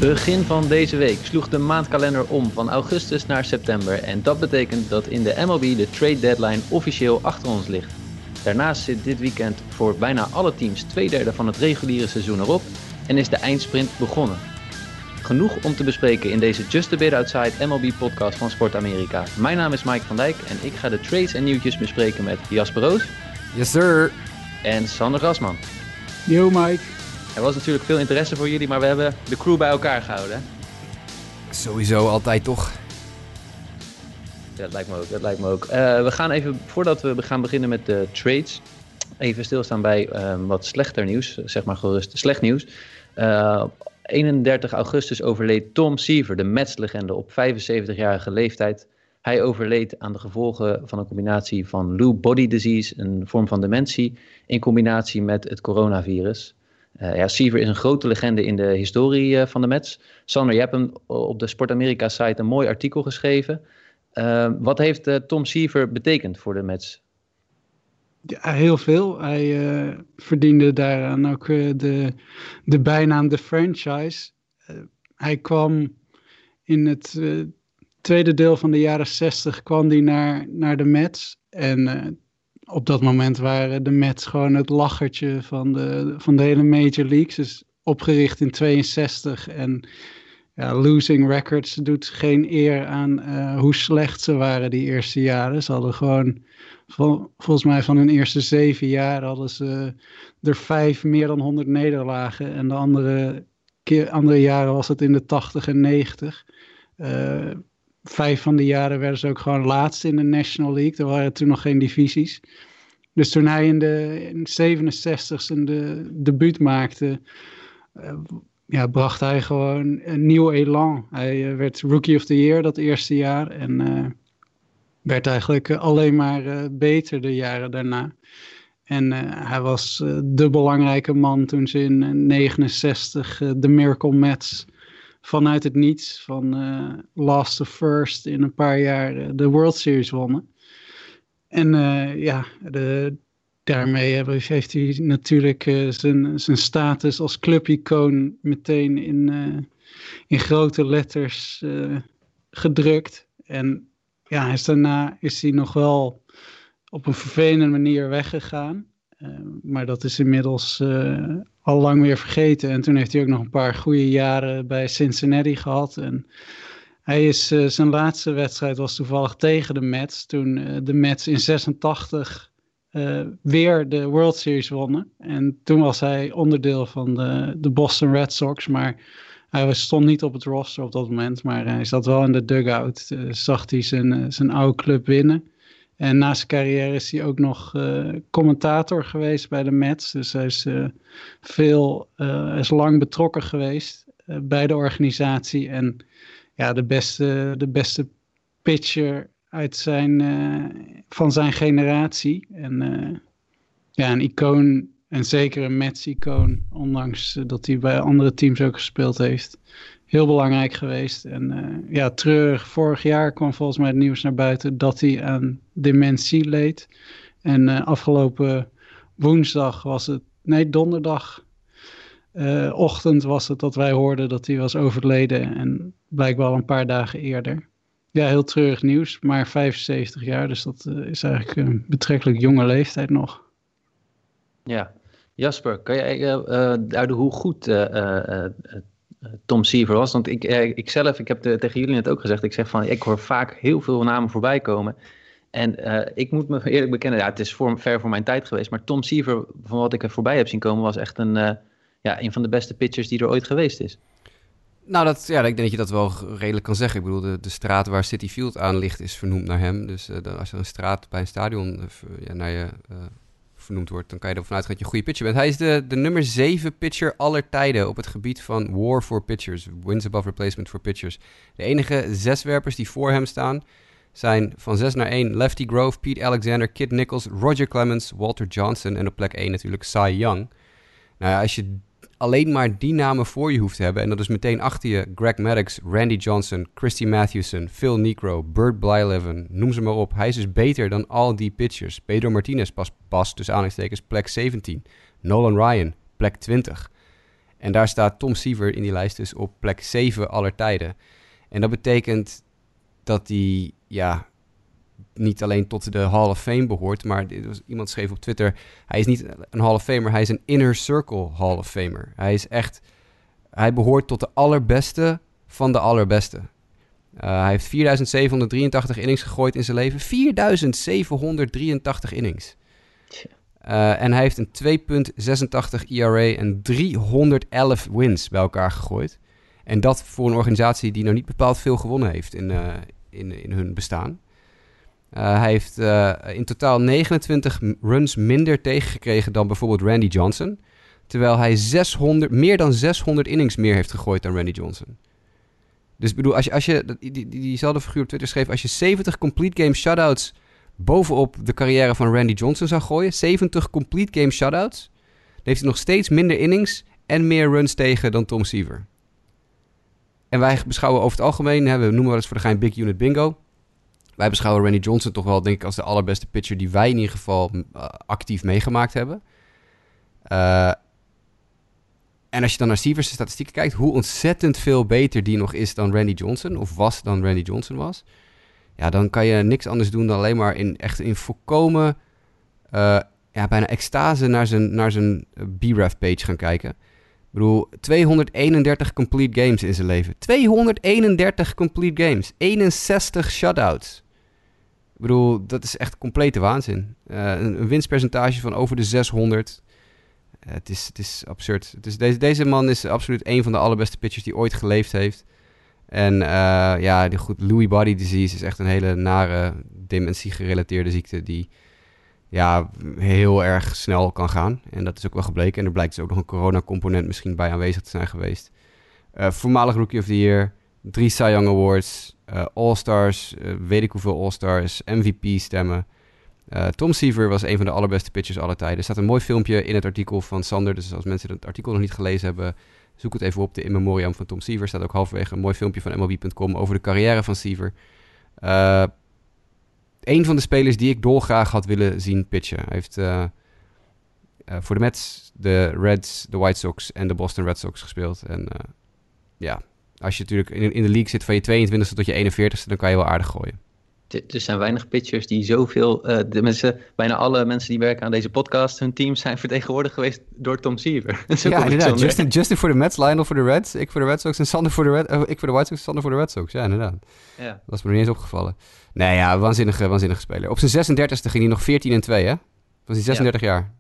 Begin van deze week sloeg de maandkalender om van augustus naar september en dat betekent dat in de MLB de trade deadline officieel achter ons ligt. Daarnaast zit dit weekend voor bijna alle teams 2/3 van het reguliere seizoen erop en is de eindsprint begonnen. Genoeg om te bespreken in deze Just a Bit Outside MLB podcast van Sport Amerika. Mijn naam is Mike van Dijk en ik ga de trades en nieuwtjes bespreken met Jasper Roos. Yes sir. En Sander Grasman. Yo Mike. Er was natuurlijk veel interesse voor jullie, maar we hebben de crew bij elkaar gehouden. Hè? Sowieso altijd toch. Ja, dat lijkt me ook. We gaan even, voordat we gaan beginnen met de trades, even stilstaan bij wat slechter nieuws, zeg maar gerust slecht nieuws. 31 augustus overleed Tom Seaver, de Mets-legende, op 75-jarige leeftijd. Hij overleed aan de gevolgen van een combinatie van Lewy body disease, een vorm van dementie, in combinatie met het coronavirus. Seaver is een grote legende in de historie van de Mets. Sander, je hebt op de Sport Amerika site een mooi artikel geschreven. Wat heeft Tom Seaver betekend voor de Mets? Ja, heel veel. Hij verdiende daaraan ook de bijnaam de franchise. Hij kwam in het tweede deel van de jaren 60 kwam hij naar de Mets. En op dat moment waren de Mets gewoon het lachertje van de hele Major Leagues. Dus opgericht in 62 en ja, losing records doet geen eer aan hoe slecht ze waren die eerste jaren. Ze hadden gewoon, volgens mij van hun eerste 7 jaar hadden ze er 5 meer dan 100 nederlagen. En de andere jaren was het in de 80 en 90. 5 van de jaren werden ze ook gewoon laatste in de National League. Er waren toen nog geen divisies. Dus toen hij in de 67 zijn debuut maakte, bracht hij gewoon een nieuw elan. Hij werd Rookie of the Year dat eerste jaar en werd eigenlijk alleen maar beter de jaren daarna. En hij was de belangrijke man toen ze in 69 de Miracle Mets vanuit het niets, van last to first in een paar jaar de World Series wonnen. En daarmee heeft hij natuurlijk zijn status als clubicoon meteen in grote letters gedrukt. En ja, daarna is hij nog wel op een vervelende manier weggegaan. Maar dat is inmiddels al lang weer vergeten. En toen heeft hij ook nog een paar goede jaren bij Cincinnati gehad. En hij is, zijn laatste wedstrijd was toevallig tegen de Mets. Toen de Mets in 86 weer de World Series wonnen. En toen was hij onderdeel van de Boston Red Sox. Maar hij stond niet op het roster op dat moment. Maar hij zat wel in de dugout. Zag hij zijn oude club winnen. En na zijn carrière is hij ook nog commentator geweest bij de Mets. Dus hij is lang betrokken geweest bij de organisatie. En ja, de beste pitcher van zijn generatie. En een icoon en zeker een Mets-icoon. Ondanks dat hij bij andere teams ook gespeeld heeft. Heel belangrijk geweest. En treurig, vorig jaar kwam volgens mij het nieuws naar buiten dat hij aan dementie leed. En afgelopen donderdag ochtend was het dat wij hoorden dat hij was overleden. En blijkbaar al een paar dagen eerder. Ja, heel treurig nieuws, maar 75 jaar. Dus dat is eigenlijk een betrekkelijk jonge leeftijd nog. Ja, Jasper, kan jij duiden hoe goed Tom Seaver was? Want ik heb tegen jullie net ook gezegd, ik zeg van, ik hoor vaak heel veel namen voorbij komen. En ik moet me eerlijk bekennen, het is ver voor mijn tijd geweest, maar Tom Seaver, van wat ik er voorbij heb zien komen, was echt een van de beste pitchers die er ooit geweest is. Nou, ik denk dat je dat wel redelijk kan zeggen. Ik bedoel, de straat waar Citi Field aan ligt is vernoemd naar hem. Dus als er een straat bij een stadion naar je vernoemd wordt, dan kan je ervan uitgaan dat je een goede pitcher bent. Hij is de nummer 7 pitcher aller tijden op het gebied van WAR for pitchers, wins above replacement for pitchers. De enige 6 werpers die voor hem staan zijn van 6 naar 1 Lefty Grove, Pete Alexander, Kid Nichols, Roger Clemens, Walter Johnson en op plek 1 natuurlijk Cy Young. Nou ja, als je alleen maar die namen voor je hoeft te hebben, en dat is meteen achter je Greg Maddux, Randy Johnson, Christy Mathewson, Phil Niekro, Burt Blyleven, noem ze maar op. Hij is dus beter dan al die pitchers. Pedro Martinez past tussen aanhalingstekens plek 17. Nolan Ryan, plek 20. En daar staat Tom Seaver in die lijst dus op plek 7 aller tijden. En dat betekent dat hij niet alleen tot de Hall of Fame behoort, maar iemand schreef op Twitter, hij is niet een Hall of Famer, hij is een Inner Circle Hall of Famer. Hij behoort tot de allerbeste van de allerbeste. Hij heeft 4783 innings gegooid in zijn leven. 4783 innings. En hij heeft een 2,86 ERA en 311 wins bij elkaar gegooid. En dat voor een organisatie die nou niet bepaald veel gewonnen heeft in hun bestaan. Hij heeft in totaal 29 runs minder tegengekregen dan bijvoorbeeld Randy Johnson. Terwijl hij meer dan 600 innings meer heeft gegooid dan Randy Johnson. Dus ik bedoel, als je diezelfde figuur op Twitter schreef, als je 70 complete game shutouts bovenop de carrière van Randy Johnson zou gooien, 70 complete game shutouts, dan heeft hij nog steeds minder innings en meer runs tegen dan Tom Seaver. En wij beschouwen over het algemeen, we noemen wel eens voor de gein Big Unit Bingo. Wij beschouwen Randy Johnson toch wel, denk ik, als de allerbeste pitcher die wij in ieder geval actief meegemaakt hebben. En als je dan naar Seavers' statistieken kijkt, hoe ontzettend veel beter die nog is dan Randy Johnson, of was dan Randy Johnson was, ja, dan kan je niks anders doen dan alleen maar in volkomen bijna extase naar zijn BRAF-page gaan kijken. Ik bedoel, 231 complete games in zijn leven. 231 complete games. 61 shutouts. Ik bedoel, dat is echt complete waanzin. Een winstpercentage van over de 600. Het is absurd. Deze man is absoluut een van de allerbeste pitchers die ooit geleefd heeft. En Lewy body disease is echt een hele nare dementie-gerelateerde ziekte die heel erg snel kan gaan. En dat is ook wel gebleken. En er blijkt dus ook nog een corona-component misschien bij aanwezig te zijn geweest. Voormalig Rookie of the Year, 3 Cy Young Awards, All-Stars, weet ik hoeveel All-Stars, MVP-stemmen. Tom Seaver was een van de allerbeste pitchers aller tijden. Er staat een mooi filmpje in het artikel van Sander. Dus als mensen het artikel nog niet gelezen hebben, zoek het even op. De In Memoriam van Tom Seaver. Er staat ook halverwege een mooi filmpje van MLB.com over de carrière van Seaver. Een van de spelers die ik dolgraag had willen zien pitchen. Hij heeft voor de Mets, de Reds, de White Sox en de Boston Red Sox gespeeld. En als je natuurlijk in de league zit van je 22e tot je 41e, dan kan je wel aardig gooien. Er zijn weinig pitchers die zoveel... bijna alle mensen die werken aan deze podcast, hun teams zijn vertegenwoordigd geweest door Tom Seaver. Ja, inderdaad. Justin voor de Mets, Lionel voor de Reds, ik voor de Red Sox en Sander voor de ik voor de White Sox en Sander voor de Red Sox. Ja, inderdaad. Ja. Dat is me nog niet eens opgevallen. Nee, ja, waanzinnige speler. Op zijn 36e ging hij nog 14-2, hè? Was hij 36 jaar.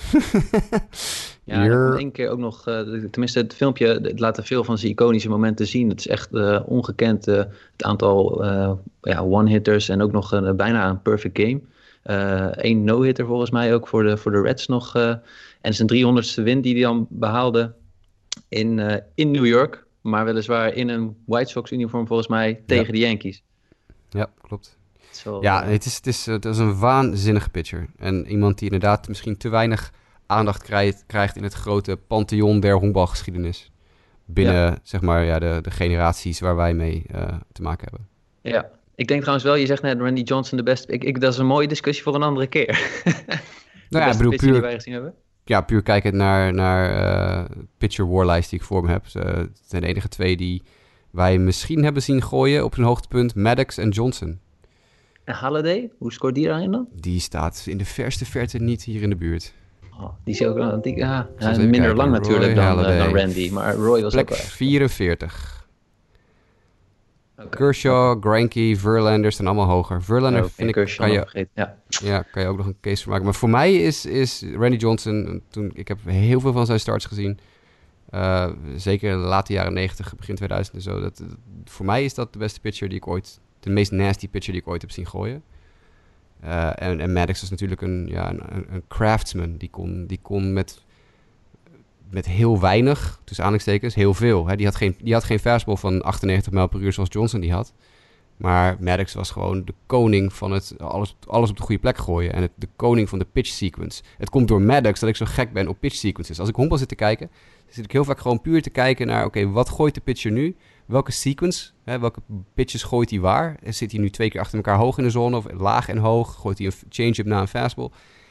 Ja, en één keer ook nog, tenminste het filmpje, het laat er veel van zijn iconische momenten zien. Het is echt ongekend, het aantal one-hitters en ook nog bijna een perfect game. 1 no-hitter volgens mij ook voor de Reds nog. En zijn 300ste win die hij dan behaalde in New York. Maar weliswaar in een White Sox uniform volgens mij tegen de Yankees. Ja, klopt. Het is een waanzinnige pitcher. En iemand die inderdaad misschien te weinig aandacht krijgt in het grote pantheon der honkbalgeschiedenis. Binnen, zeg maar, de generaties waar wij mee te maken hebben. Ja, ik denk trouwens wel, je zegt net Randy Johnson de beste. Dat is een mooie discussie voor een andere keer. Puur die wij gezien hebben. Ja, puur kijkend naar pitcher warlijst die ik voor me heb. Het zijn de enige 2 die wij misschien hebben zien gooien op zijn hoogtepunt. Maddox en Johnson. En Halladay, hoe scoort die daarin dan? Die staat in de verste verte niet hier in de buurt. Oh, die is ook minder lang natuurlijk dan Randy, maar Roy was plek ook wel 44. Okay. Kershaw, Greinke, Verlander staan allemaal hoger. Verlander vind ik, kan je ook nog een case voor maken. Maar voor mij is Randy Johnson, ik heb heel veel van zijn starts gezien. Zeker in de late jaren 90, begin 2000 en zo. Voor mij is dat de beste pitcher die ik ooit, de meest nasty pitcher die ik ooit heb zien gooien. En Maddox was natuurlijk een craftsman. Die kon met heel weinig, tussen aanhalingstekens, heel veel. Hè. Die had geen fastball van 98 mijl per uur zoals Johnson die had. Maar Maddox was gewoon de koning van het alles op de goede plek gooien. En de koning van de pitch sequence. Het komt door Maddox dat ik zo gek ben op pitch sequences. Als ik honkbal zit te kijken, zit ik heel vaak gewoon puur te kijken naar... Oké, wat gooit de pitcher nu? Welke sequence? Welke pitches gooit hij waar? Zit hij nu 2 keer achter elkaar hoog in de zone of laag en hoog? Gooit hij een change-up na een fastball?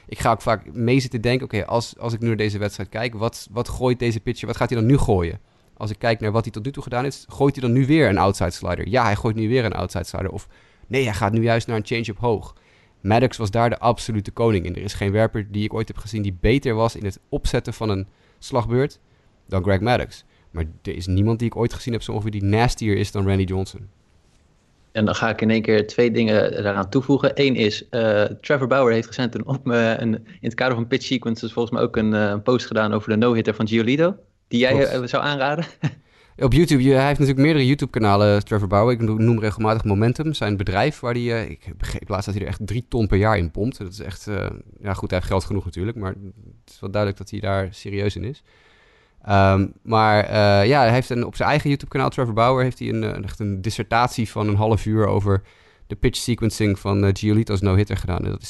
ik ga ook vaak mee zitten denken, oké, als ik nu naar deze wedstrijd kijk, wat gooit deze pitcher, wat gaat hij dan nu gooien? Als ik kijk naar wat hij tot nu toe gedaan heeft, gooit hij dan nu weer een outside slider? Ja, hij gooit nu weer een outside slider. Of nee, hij gaat nu juist naar een change-up hoog. Maddox was daar de absolute koning in. Er is geen werper die ik ooit heb gezien die beter was in het opzetten van een slagbeurt dan Greg Maddux. Maar er is niemand die ik ooit gezien heb zo ongeveer die nastier is dan Randy Johnson. En dan ga ik in één keer 2 dingen daaraan toevoegen. Eén is, Trevor Bauer heeft recent in het kader van Pitch Sequences volgens mij ook een post gedaan over de no-hitter van Giolito. Die jij zou aanraden. Op YouTube, hij heeft natuurlijk meerdere YouTube-kanalen, Trevor Bauer. Ik noem regelmatig Momentum, zijn bedrijf, waar hij, ik begreep laatst dat hij er echt 3 ton per jaar in pompt. Dat is echt, ja goed, hij heeft geld genoeg natuurlijk, maar het is wel duidelijk dat hij daar serieus in is. Ja, hij heeft op zijn eigen YouTube-kanaal, Trevor Bauer, heeft hij echt een dissertatie van een half uur over de pitch sequencing van Giolito's no-hitter gedaan. En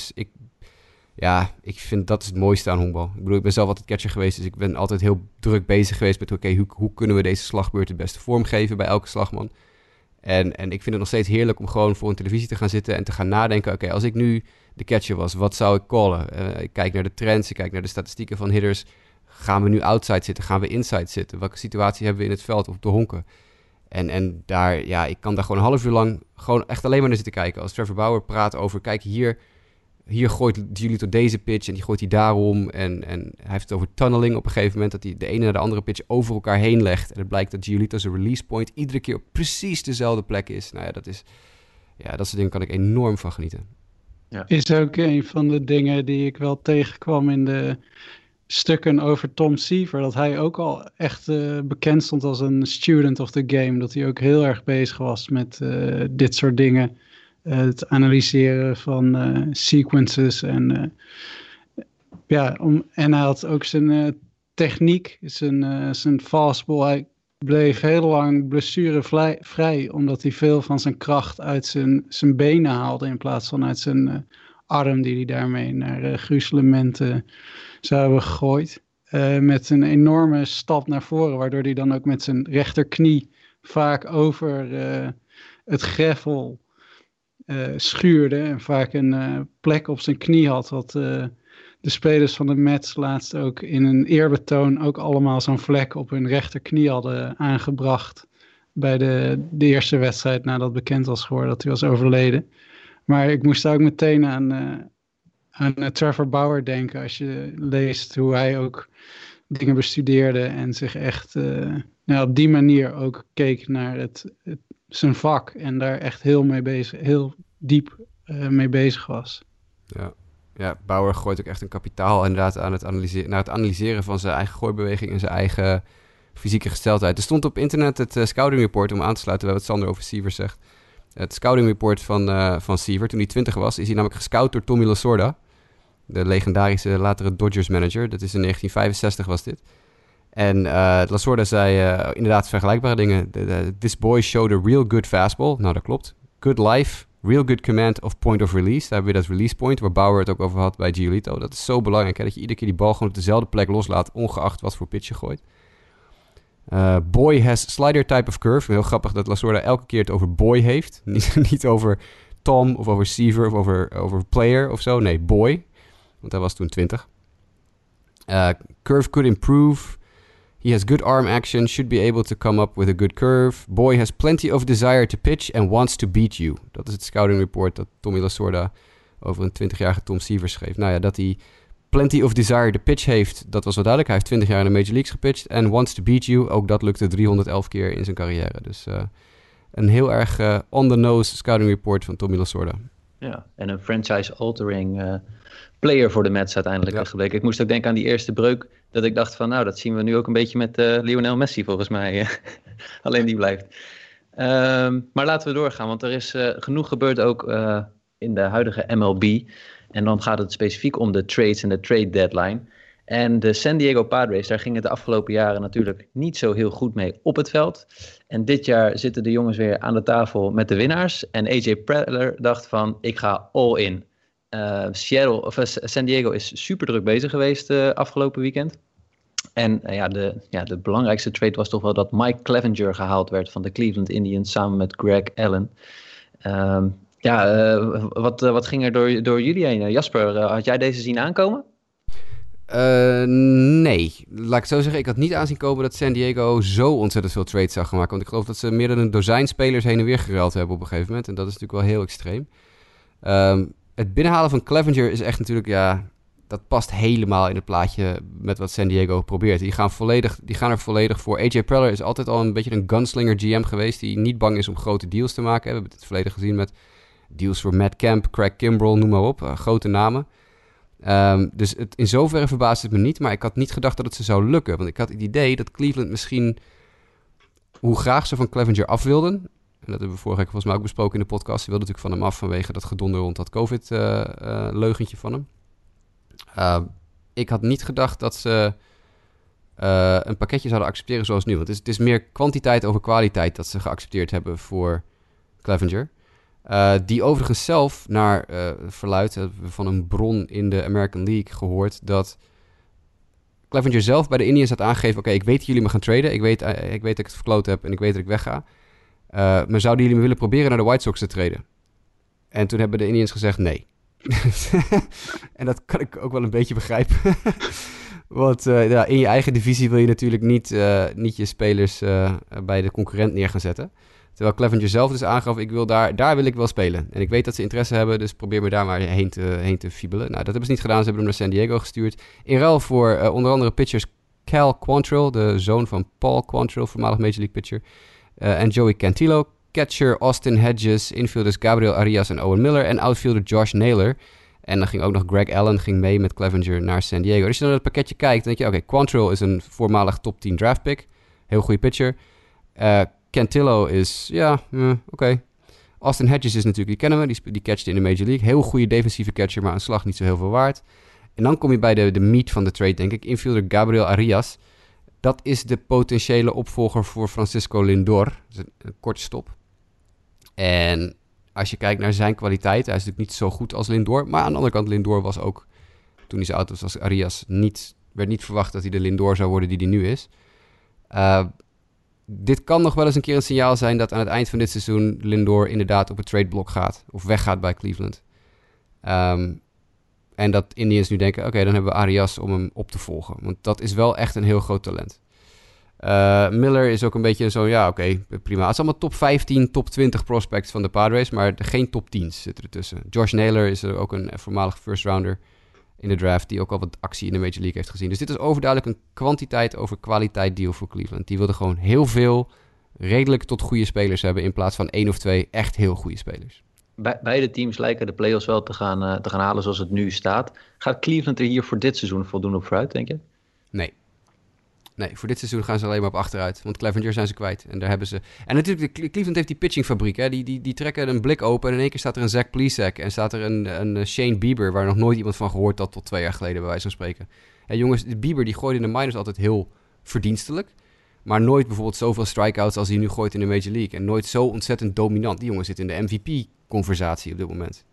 ik vind dat is het mooiste aan honkbal. Ik bedoel, ik ben zelf altijd catcher geweest, dus ik ben altijd heel druk bezig geweest met hoe kunnen we deze slagbeurt het beste vormgeven bij elke slagman. En ik vind het nog steeds heerlijk om gewoon voor een televisie te gaan zitten en te gaan nadenken, oké, als ik nu de catcher was, wat zou ik callen? Ik kijk naar de trends, ik kijk naar de statistieken van hitters. Gaan we nu outside zitten? Gaan we inside zitten? Welke situatie hebben we in het veld of op de honken? En daar, ja, ik kan daar gewoon een half uur lang gewoon echt alleen maar naar zitten kijken. Als Trevor Bauer praat over, kijk, hier gooit Giolito deze pitch en die gooit hij daarom. En hij heeft het over tunneling op een gegeven moment, dat hij de ene naar de andere pitch over elkaar heen legt. En het blijkt dat Giolito's release point iedere keer op precies dezelfde plek is. Nou ja, dat soort dingen kan ik enorm van genieten. Ja. Is ook een van de dingen die ik wel tegenkwam in de stukken over Tom Seaver, dat hij ook al echt bekend stond als een student of the game, dat hij ook heel erg bezig was met dit soort dingen, het analyseren van sequences en hij had ook zijn techniek, zijn fastball, hij bleef heel lang blessurevrij, omdat hij veel van zijn kracht uit zijn benen haalde in plaats van uit zijn arm die hij daarmee naar gruzelementen zou hebben gegooid. Met een enorme stap naar voren, waardoor hij dan ook met zijn rechterknie vaak over het greffel schuurde en vaak een plek op zijn knie had, wat de spelers van de Mets laatst ook in een eerbetoon ook allemaal zo'n vlek op hun rechterknie hadden aangebracht bij de eerste wedstrijd nadat bekend was geworden dat hij was overleden. Maar ik moest ook meteen aan Trevor Bauer denken als je leest hoe hij ook dingen bestudeerde en zich echt op die manier ook keek naar zijn vak en daar echt heel diep mee bezig was. Ja, Bauer gooit ook echt een kapitaal inderdaad aan het analyseren van zijn eigen gooibeweging en zijn eigen fysieke gesteldheid. Er stond op internet het scouting report, om aan te sluiten bij wat Sander over Seaver zegt. Het scouting report van Seaver, toen hij 20 was, is hij namelijk gescout door Tommy Lasorda, de legendarische latere Dodgers manager. Dat is in 1965 was dit. En Lasorda zei inderdaad vergelijkbare dingen. This boy showed a real good fastball. Nou, dat klopt. Good life, real good command of point of release. Daar hebben we dat release point, waar Bauer het ook over had bij Giolito. Dat is zo belangrijk, hè, dat je iedere keer die bal gewoon op dezelfde plek loslaat, ongeacht wat voor pitch je gooit. Boy has slider type of curve. Heel grappig dat Lasorda elke keer het over boy heeft. Niet over Tom of over Seaver of over player of zo. Nee, boy. Want hij was toen 20. Curve could improve. He has good arm action. Should be able to come up with a good curve. Boy has plenty of desire to pitch and wants to beat you. Dat is het scouting report dat Tommy Lasorda over een 20-jarige Tom Seaver schreef. Nou ja, dat hij plenty of desire to pitch heeft, dat was wel duidelijk. Hij heeft 20 jaar in de Major Leagues gepitcht. En wants to beat you, ook dat lukte 311 keer in zijn carrière. Dus een heel erg on-the-nose scouting report van Tommy Lasorda. Ja, en een franchise-altering player voor de Mets uiteindelijk gebleken. Ik moest ook denken aan die eerste breuk, dat ik dacht van, nou, dat zien we nu ook een beetje met Lionel Messi volgens mij. Alleen die blijft. Maar laten we doorgaan, want er is genoeg gebeurd ook in de huidige MLB. En dan gaat het specifiek om de trades en de trade deadline. En de San Diego Padres, daar ging het de afgelopen jaren natuurlijk niet zo heel goed mee op het veld. En dit jaar zitten de jongens weer aan de tafel met de winnaars. En AJ Preller dacht van, ik ga all in. San Diego is super druk bezig geweest afgelopen weekend. En de belangrijkste trade was toch wel dat Mike Clevinger gehaald werd van de Cleveland Indians samen met Greg Allen. Wat ging er door jullie heen? Jasper, had jij deze zien aankomen? Nee, laat ik het zo zeggen. Ik had niet aanzien komen dat San Diego zo ontzettend veel trades zou gaan maken. Want ik geloof dat ze meer dan een dozijn spelers heen en weer geruild hebben op een gegeven moment. En dat is natuurlijk wel heel extreem. Het binnenhalen van Clevenger is echt natuurlijk, dat past helemaal in het plaatje met wat San Diego probeert. Die gaan er volledig voor. AJ Preller is altijd al een beetje een gunslinger GM geweest die niet bang is om grote deals te maken. We hebben het verleden gezien met deals voor Matt Kemp, Craig Kimbrell, noem maar op. Grote namen. Dus in zoverre verbaast het me niet, maar ik had niet gedacht dat het ze zou lukken. Want ik had het idee dat Cleveland misschien, hoe graag ze van Clevenger af wilden, en dat hebben we vorige week volgens mij ook besproken in de podcast, ze wilden natuurlijk van hem af vanwege dat gedonder rond dat COVID-leugentje van hem. Ik had niet gedacht dat ze een pakketje zouden accepteren zoals nu. Want het is meer kwantiteit over kwaliteit dat ze geaccepteerd hebben voor Clevenger. Die overigens zelf naar verluidt, hebben we van een bron in de American League gehoord, dat Clevenger zelf bij de Indians had aangegeven, oké, ik weet dat jullie me gaan traden, ik weet dat ik het verkloot heb en ik weet dat ik wegga. Maar zouden jullie me willen proberen naar de White Sox te traden? En toen hebben de Indians gezegd nee. En dat kan ik ook wel een beetje begrijpen. Want in je eigen divisie wil je natuurlijk niet je spelers bij de concurrent neer gaan zetten. Terwijl Clevenger zelf dus aangaf, daar wil ik wel spelen. En ik weet dat ze interesse hebben, dus probeer me daar maar heen te fiebelen. Nou, dat hebben ze niet gedaan. Ze hebben hem naar San Diego gestuurd. In ruil voor onder andere pitchers Cal Quantrill, de zoon van Paul Quantrill, voormalig Major League pitcher. En Joey Cantillo, catcher Austin Hedges, infielders Gabriel Arias en Owen Miller en outfielder Josh Naylor. En dan ging ook nog Greg Allen mee met Clevenger naar San Diego. Dus als je naar het pakketje kijkt, dan denk je, oké, Quantrill is een voormalig top 10 draft pick. Heel goede pitcher. Cantillo is, oké. Austin Hedges is natuurlijk, die kennen we, die catchte in de Major League. Heel goede defensieve catcher, maar een slag niet zo heel veel waard. En dan kom je bij de meat van de trade, denk ik. Infielder Gabriel Arias. Dat is de potentiële opvolger voor Francisco Lindor. Dat is een korte stop. En als je kijkt naar zijn kwaliteit, hij is natuurlijk niet zo goed als Lindor. Maar aan de andere kant, Lindor was ook, toen hij zo oud was als Arias, werd niet verwacht dat hij de Lindor zou worden die hij nu is. Dit kan nog wel eens een keer een signaal zijn dat aan het eind van dit seizoen Lindor inderdaad op het tradeblok gaat. Of weggaat bij Cleveland. En dat Indians nu denken, oké, dan hebben we Arias om hem op te volgen. Want dat is wel echt een heel groot talent. Miller is ook een beetje zo, prima. Het is allemaal top 15, top 20 prospects van de Padres, maar geen top 10's zitten ertussen. Josh Naylor is er ook een voormalig first rounder in de draft, die ook al wat actie in de Major League heeft gezien. Dus dit is overduidelijk een kwantiteit over kwaliteit deal voor Cleveland. Die wilden gewoon heel veel redelijk tot goede spelers hebben, in plaats van 1 of 2 echt heel goede spelers. Beide teams lijken de playoffs wel te gaan halen zoals het nu staat. Gaat Cleveland er hier voor dit seizoen voldoende op vooruit, denk je? Nee, voor dit seizoen gaan ze alleen maar op achteruit. Want Clevenger zijn ze kwijt. En daar hebben ze. En natuurlijk, Cleveland heeft die pitchingfabriek. Hè? Die trekken een blik open. En in één keer staat er een Zach Plesac. En staat er een Shane Bieber. Waar nog nooit iemand van gehoord had tot 2 jaar geleden, bij wijze van spreken. En jongens, Bieber die gooide in de minors altijd heel verdienstelijk. Maar nooit bijvoorbeeld zoveel strikeouts als hij nu gooit in de Major League. En nooit zo ontzettend dominant. Die jongen zit in de MVP-conversatie op dit moment.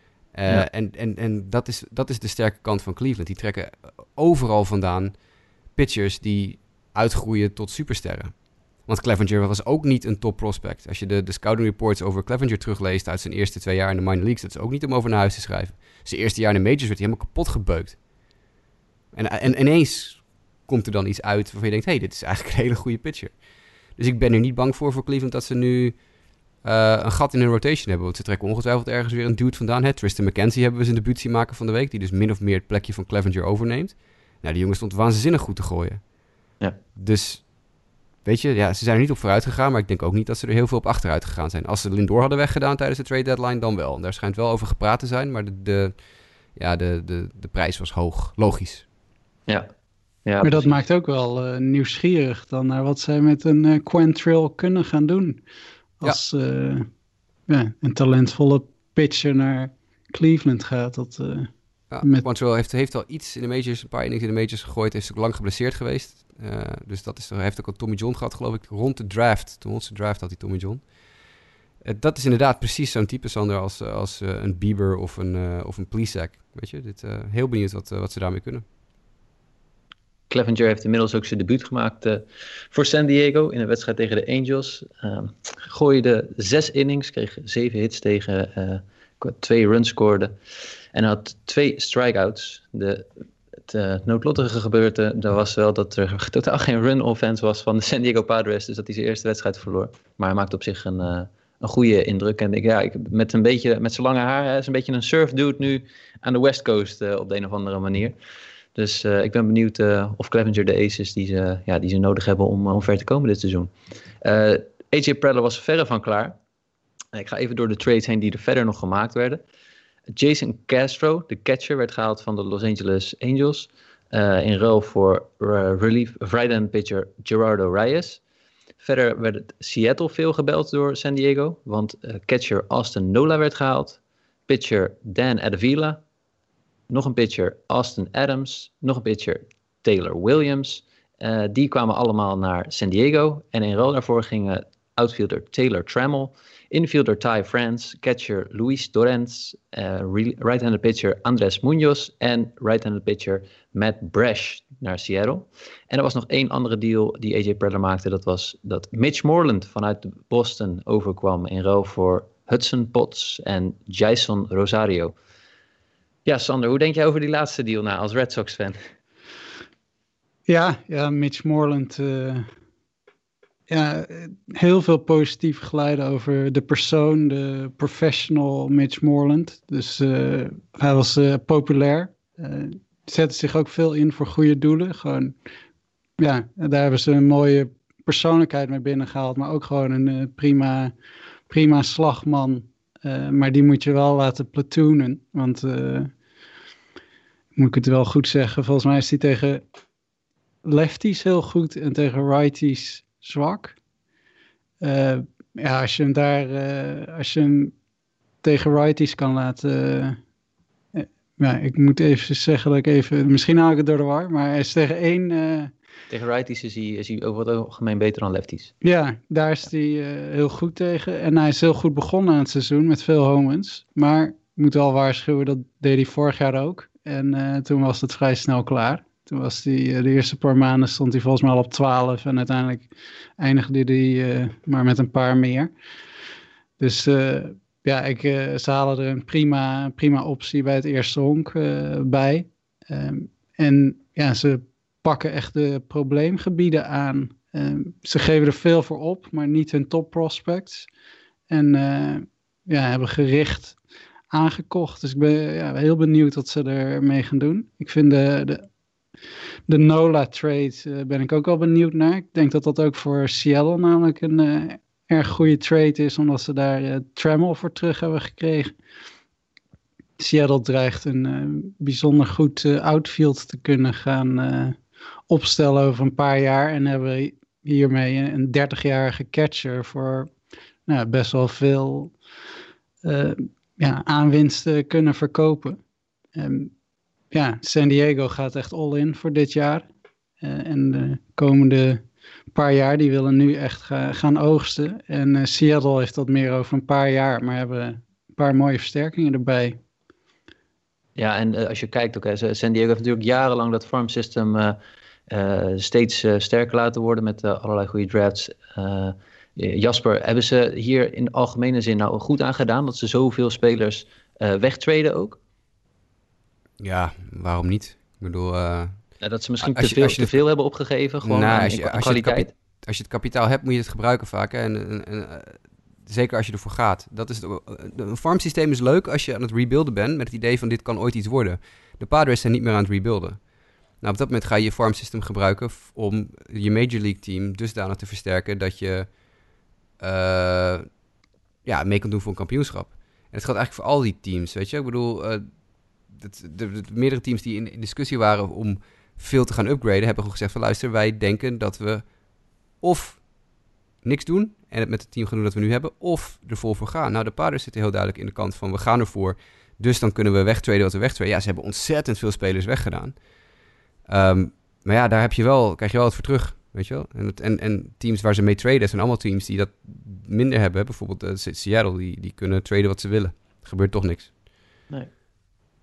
En dat is de sterke kant van Cleveland. Die trekken overal vandaan pitchers die uitgroeien tot supersterren. Want Clevenger was ook niet een top prospect. Als je de scouting reports over Clevenger terugleest uit zijn eerste 2 jaar in de minor leagues, dat is ook niet om over naar huis te schrijven. Zijn eerste jaar in de majors werd hij helemaal kapot gebeukt. En ineens komt er dan iets uit waarvan je denkt, hey, dit is eigenlijk een hele goede pitcher. Dus ik ben er niet bang voor Cleveland dat ze nu een gat in hun rotation hebben. Want ze trekken ongetwijfeld ergens weer een dude vandaan. Hè? Tristan McKenzie hebben we zijn debuut zien maken van de week, die dus min of meer het plekje van Clevenger overneemt. Nou, die jongen stond waanzinnig goed te gooien. Ja. Dus, weet je, ze zijn er niet op vooruit gegaan, maar ik denk ook niet dat ze er heel veel op achteruit gegaan zijn. Als ze Lindor hadden weggedaan tijdens de trade deadline, dan wel. En daar schijnt wel over gepraat te zijn, maar de prijs was hoog. Logisch. Ja. Maar dat maakt ook wel nieuwsgierig dan naar wat zij met een Quantrill kunnen gaan doen. Als een talentvolle pitcher naar Cleveland gaat. Quantrill heeft al iets in de majors, een paar innings in de majors gegooid. Heeft ook lang geblesseerd geweest. Dus hij heeft ook al Tommy John gehad, geloof ik. Rond de draft had hij Tommy John. Dat is inderdaad precies zo'n type, Sander, als een Bieber of een Plesac. Weet je, heel benieuwd wat ze daarmee kunnen. Clevenger heeft inmiddels ook zijn debuut gemaakt voor San Diego in een wedstrijd tegen de Angels. Gooide 6 innings, kreeg 7 hits tegen, 2 runs scoorde en had 2 strikeouts. Het noodlottige gebeurde, dat was wel dat er totaal geen run offense was van de San Diego Padres, dus dat hij zijn eerste wedstrijd verloor. Maar hij maakte op zich een goede indruk. En met zijn lange haar, hij is een beetje een surf dude nu aan de West Coast op de een of andere manier. Dus ik ben benieuwd of Clevenger de ace is die ze nodig hebben om ver te komen dit seizoen. AJ Preller was verre van klaar. Ik ga even door de trades heen die er verder nog gemaakt werden. Jason Castro, de catcher, werd gehaald van de Los Angeles Angels. In ruil voor relief right-hand pitcher Gerardo Reyes. Verder werd Seattle veel gebeld door San Diego. Want catcher Austin Nola werd gehaald. Pitcher Dan Adavila. Nog een pitcher Austin Adams. Nog een pitcher Taylor Williams. Die kwamen allemaal naar San Diego. En in ruil daarvoor gingen outfielder Taylor Trammell, infielder Ty France, catcher Luis Torrens, right-handed pitcher Andres Munoz en right-handed pitcher Matt Brash naar Seattle. En er was nog 1 andere deal die AJ Preller maakte. Dat was dat Mitch Moreland vanuit Boston overkwam in ruil voor Hudson Potts en Jason Rosario. Ja, Sander, hoe denk jij over die laatste deal als Red Sox fan? Ja, Mitch Moreland. Heel veel positieve geluiden over de persoon, de professional Mitch Moreland. Dus hij was populair. Zette zich ook veel in voor goede doelen. Gewoon, daar hebben ze een mooie persoonlijkheid mee binnengehaald. Maar ook gewoon een prima slagman. Maar die moet je wel laten platoonen. Want, moet ik het wel goed zeggen, volgens mij is hij tegen lefties heel goed en tegen righties zwak. Als je hem tegen righties kan laten. Ik moet even zeggen dat misschien haal ik het door de war, maar hij is tegen 1. Tegen righties is hij over het algemeen beter dan lefties. Ja, daar is hij heel goed tegen. En hij is heel goed begonnen aan het seizoen met veel home runs. Maar ik moet wel waarschuwen, dat deed hij vorig jaar ook. En toen was het vrij snel klaar. Toen was hij, de eerste paar maanden stond hij volgens mij al op 12. En uiteindelijk eindigde hij maar met een paar meer. Dus ze halen er een prima optie bij het eerste honk bij. Ze pakken echt de probleemgebieden aan. Ze geven er veel voor op, maar niet hun top prospects. En hebben gericht aangekocht. Dus ik ben heel benieuwd wat ze ermee gaan doen. Ik vind de Nola trade ben ik ook wel benieuwd naar. Ik denk dat dat ook voor Seattle namelijk een erg goede trade is, omdat ze daar Trammell voor terug hebben gekregen. Seattle dreigt een bijzonder goed outfield te kunnen gaan opstellen over een paar jaar. En hebben hiermee een 30-jarige catcher voor best wel veel aanwinsten kunnen verkopen. San Diego gaat echt all in voor dit jaar. En de komende paar jaar, die willen nu echt gaan oogsten. En Seattle heeft dat meer over een paar jaar, maar hebben een paar mooie versterkingen erbij. Ja, en als je kijkt ook, San Diego heeft natuurlijk jarenlang dat farm system steeds sterker laten worden met allerlei goede drafts. Jasper, hebben ze hier in algemene zin nou goed aan gedaan dat ze zoveel spelers wegtraden ook? Ja, waarom niet? Ik bedoel... dat ze misschien te veel hebben opgegeven, gewoon kwaliteit. Als je het kapitaal hebt, moet je het gebruiken vaak. Hè? En zeker als je ervoor gaat. Een farmsysteem is leuk als je aan het rebuilden bent met het idee van dit kan ooit iets worden. De Padres zijn niet meer aan het rebuilden. Nou, op dat moment ga je je farmsystem gebruiken om je Major League team dusdanig te versterken dat je mee kan doen voor een kampioenschap. En dat geldt eigenlijk voor al die teams, weet je. Ik bedoel, de meerdere teams die in discussie waren om veel te gaan upgraden, hebben gewoon gezegd van luister, wij denken dat we of niks doen en het met het team gaan doen dat we nu hebben, of er vol voor gaan. Nou, de Padres zitten heel duidelijk in de kant van we gaan ervoor, dus dan kunnen we wegtraden wat we wegtraden. Ja, ze hebben ontzettend veel spelers weggedaan. Maar ja, daar krijg je wel wat voor terug, weet je wel. En teams waar ze mee traden, zijn allemaal teams die dat minder hebben. Bijvoorbeeld Seattle, die kunnen traden wat ze willen. Er gebeurt toch niks. Nee.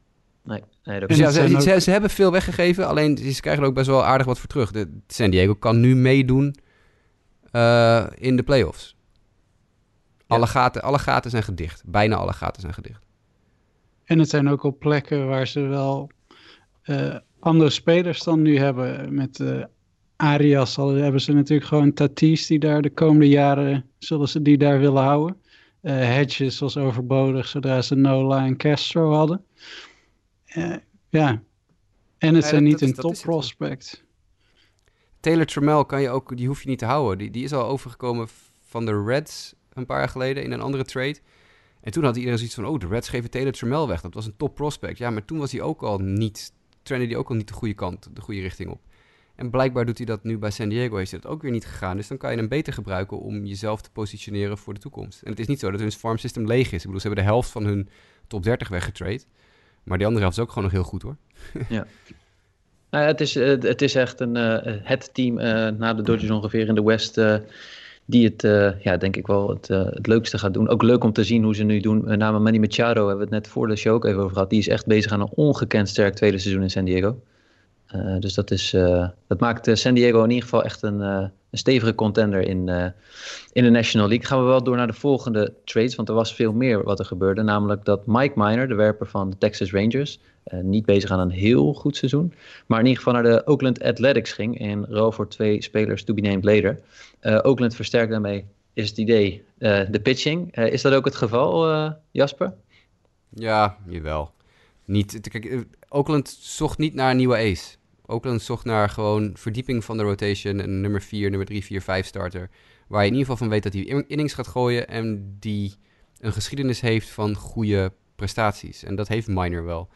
Nee, dat Dus En ja, het zijn ze hebben veel weggegeven, alleen ze krijgen er ook best wel aardig wat voor terug. San Diego kan nu meedoen in de playoffs. Ja. Alle gaten zijn gedicht. Bijna alle gaten zijn gedicht. En het zijn ook op plekken waar ze wel andere spelers dan nu hebben. Met Arias hebben ze natuurlijk gewoon Tatis die daar de komende jaren zullen ze die daar willen houden. Hedges was overbodig zodra ze Nola en Castro hadden. Ja, en het zijn niet een top prospect. Taylor Trammell die hoef je niet te houden. Die is al overgekomen van de Reds een paar jaar geleden in een andere trade. En toen had iedereen zoiets van, de Reds geven Taylor Trammell weg. Dat was een top prospect. Ja, maar toen was hij ook al niet, trendde hij ook al niet de goede kant, de goede richting op. En blijkbaar doet hij dat nu bij San Diego, heeft hij dat ook weer niet gegaan. Dus dan kan je hem beter gebruiken om jezelf te positioneren voor de toekomst. En het is niet zo dat hun farm system leeg is. Ik bedoel, ze hebben de helft van hun top 30 weggetrade. Maar die andere helft is ook gewoon nog heel goed, hoor. Ja. Nou ja, het is echt het team na de Dodgers ongeveer in de West die het, denk ik wel, het leukste gaat doen. Ook leuk om te zien hoe ze nu doen. Met name Manny Machado hebben we het net voor de show ook even over gehad. Die is echt bezig aan een ongekend sterk tweede seizoen in San Diego. Dus dat maakt San Diego in ieder geval echt een stevige contender in de National League. Gaan we wel door naar de volgende trades, want er was veel meer wat er gebeurde. Namelijk dat Mike Minor, de werper van de Texas Rangers, niet bezig aan een heel goed seizoen, maar in ieder geval naar de Oakland Athletics ging in ruil voor 2 spelers to be named later. Oakland versterkt daarmee, is het idee, de pitching. Is dat ook het geval, Jasper? Ja, jawel. Kijk, Oakland zocht niet naar een nieuwe ace. Oakland zocht naar gewoon verdieping van de rotation. Een nummer 4, nummer 3, 4, 5 starter. Waar je in ieder geval van weet dat hij innings gaat gooien. En die een geschiedenis heeft van goede prestaties. En dat heeft Minor wel.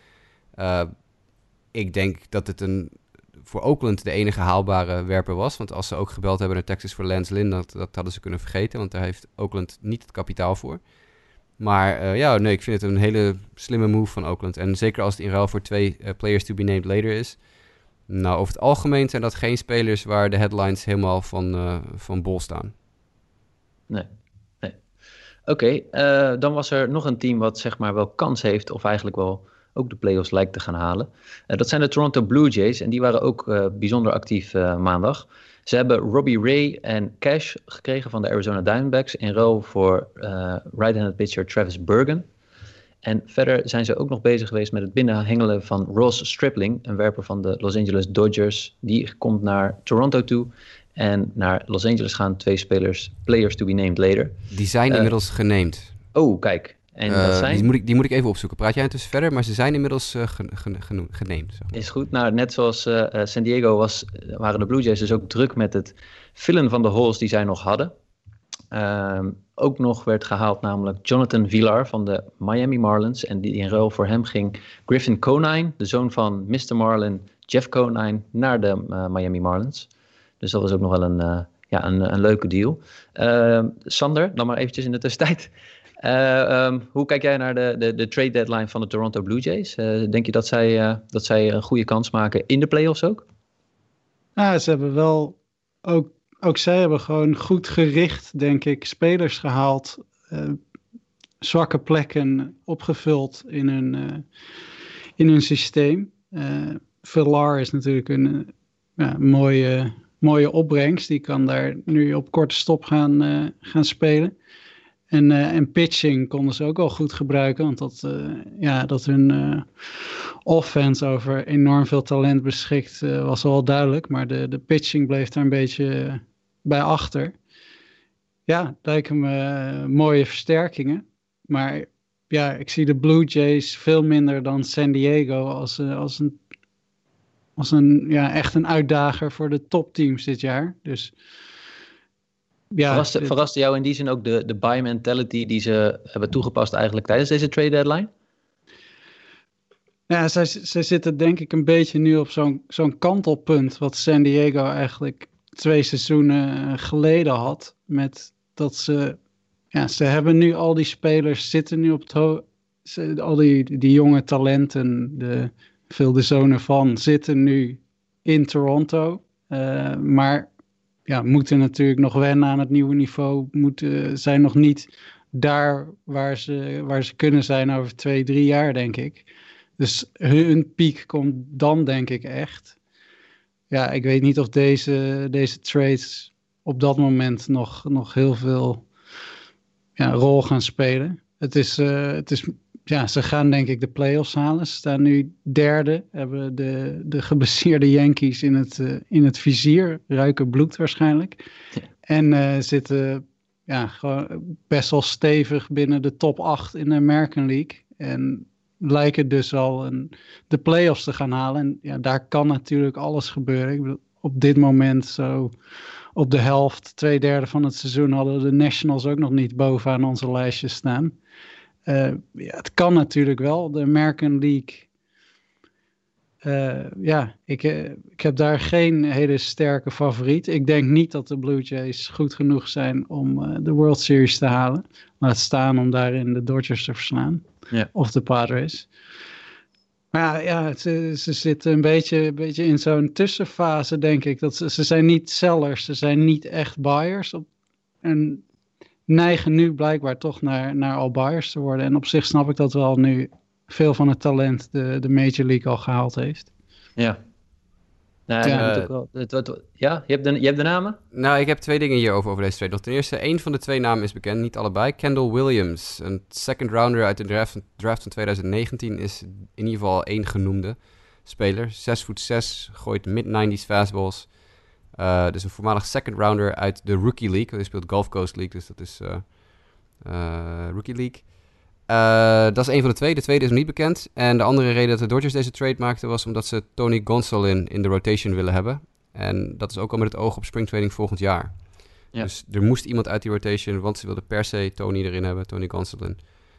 Ik denk dat het voor Oakland de enige haalbare werper was. Want als ze ook gebeld hebben naar Texas voor Lance Lynn, dat hadden ze kunnen vergeten. Want daar heeft Oakland niet het kapitaal voor. Maar ik vind het een hele slimme move van Oakland. En zeker als het in ruil voor 2 players to be named later is. Nou, over het algemeen zijn dat geen spelers waar de headlines helemaal van bol staan. Nee. Oké, dan was er nog een team wat zeg maar wel kans heeft, of eigenlijk wel ook de playoffs lijkt te gaan halen. Dat zijn de Toronto Blue Jays en die waren ook bijzonder actief maandag. Ze hebben Robbie Ray en Cash gekregen van de Arizona Diamondbacks in ruil voor right-handed pitcher Travis Bergen. En verder zijn ze ook nog bezig geweest met het binnenhengelen van Ross Stripling, een werper van de Los Angeles Dodgers. Die komt naar Toronto toe. En naar Los Angeles gaan 2 players to be named later. Die zijn inmiddels genamed. Oh, kijk. En dat zijn... Die moet ik even opzoeken. Praat jij intussen verder? Maar ze zijn inmiddels genamed. Zeg maar. Is goed. Nou, net zoals San Diego waren de Blue Jays dus ook druk met het vullen van de holes die zij nog hadden. Ook nog werd gehaald namelijk Jonathan Villar van de Miami Marlins. En die in ruil voor hem ging Griffin Conine, de zoon van Mr. Marlin, Jeff Conine, naar de Miami Marlins. Dus dat was ook nog wel een leuke deal. Sander, dan maar eventjes in de tussentijd. Hoe kijk jij naar de trade deadline van de Toronto Blue Jays? Denk je dat zij een goede kans maken in de playoffs ook? Ja, ze hebben wel ook zij hebben gewoon goed gericht, denk ik, spelers gehaald. Zwakke plekken opgevuld in hun systeem. Villar is natuurlijk een mooie opbrengst. Die kan daar nu op korte stop gaan spelen. En pitching konden ze ook al goed gebruiken. Want dat hun offense over enorm veel talent beschikt was wel duidelijk. Maar de pitching bleef daar een beetje bij achter. Ja, lijken me mooie versterkingen. Maar ja, ik zie de Blue Jays veel minder dan San Diego als echt een uitdager voor de topteams dit jaar. Dus ja, verraste jou in die zin ook de buy mentality die ze hebben toegepast eigenlijk tijdens deze trade deadline? Ja, zij zitten denk ik een beetje nu op zo'n kantelpunt wat San Diego eigenlijk 2 seizoenen geleden had. Met dat ze hebben nu al die spelers zitten nu op al die jonge talenten, veel de zonen van, zitten nu in Toronto. Maar moeten natuurlijk nog wennen aan het nieuwe niveau. Zijn nog niet daar waar ze kunnen zijn over 2-3 jaar, denk ik. Dus hun piek komt dan, denk ik echt. Ja, ik weet niet of deze trades op dat moment nog heel veel rol gaan spelen. Het is, ze gaan denk ik de playoffs halen. Ze staan nu derde, hebben de geblesseerde Yankees in het vizier, ruiken bloed waarschijnlijk. En zitten gewoon best wel stevig binnen de top 8 in de American League. En lijken dus al de playoffs te gaan halen. En ja, daar kan natuurlijk alles gebeuren. Ik bedoel, op dit moment zo op de helft, 2/3 van het seizoen hadden de Nationals ook nog niet bovenaan onze lijstjes staan. Het kan natuurlijk wel. De American League. Ik heb daar geen hele sterke favoriet. Ik denk niet dat de Blue Jays goed genoeg zijn om de World Series te halen. Laat staan om daarin de Dodgers te verslaan. Ja. Of de Padres. Maar ze zitten een beetje in zo'n tussenfase, denk ik. Dat ze zijn niet sellers, ze zijn niet echt buyers. En neigen nu blijkbaar toch naar al buyers te worden. En op zich snap ik dat wel nu veel van het talent de Major League al gehaald heeft. Ja. Nou, je hebt de namen? Nou, ik heb 2 dingen hierover over deze trade. Ten eerste, 1 van de 2 namen is bekend, niet allebei. Kendall Williams, een second rounder uit de draft van 2019, is in ieder geval 1 genoemde speler. 6'6", gooit mid-90s fastballs. Dus een voormalig second rounder uit de Rookie League. Hij speelt Gulf Coast League, dus dat is Rookie League. Dat is 1 van de 2. De tweede is nog niet bekend. En de andere reden dat de Dodgers deze trade maakten was omdat ze Tony Gonsolin in de rotation willen hebben. En dat is ook al met het oog op springtraining volgend jaar. Ja. Dus er moest iemand uit die rotation, want ze wilden per se Tony erin hebben, Tony Gonsolin.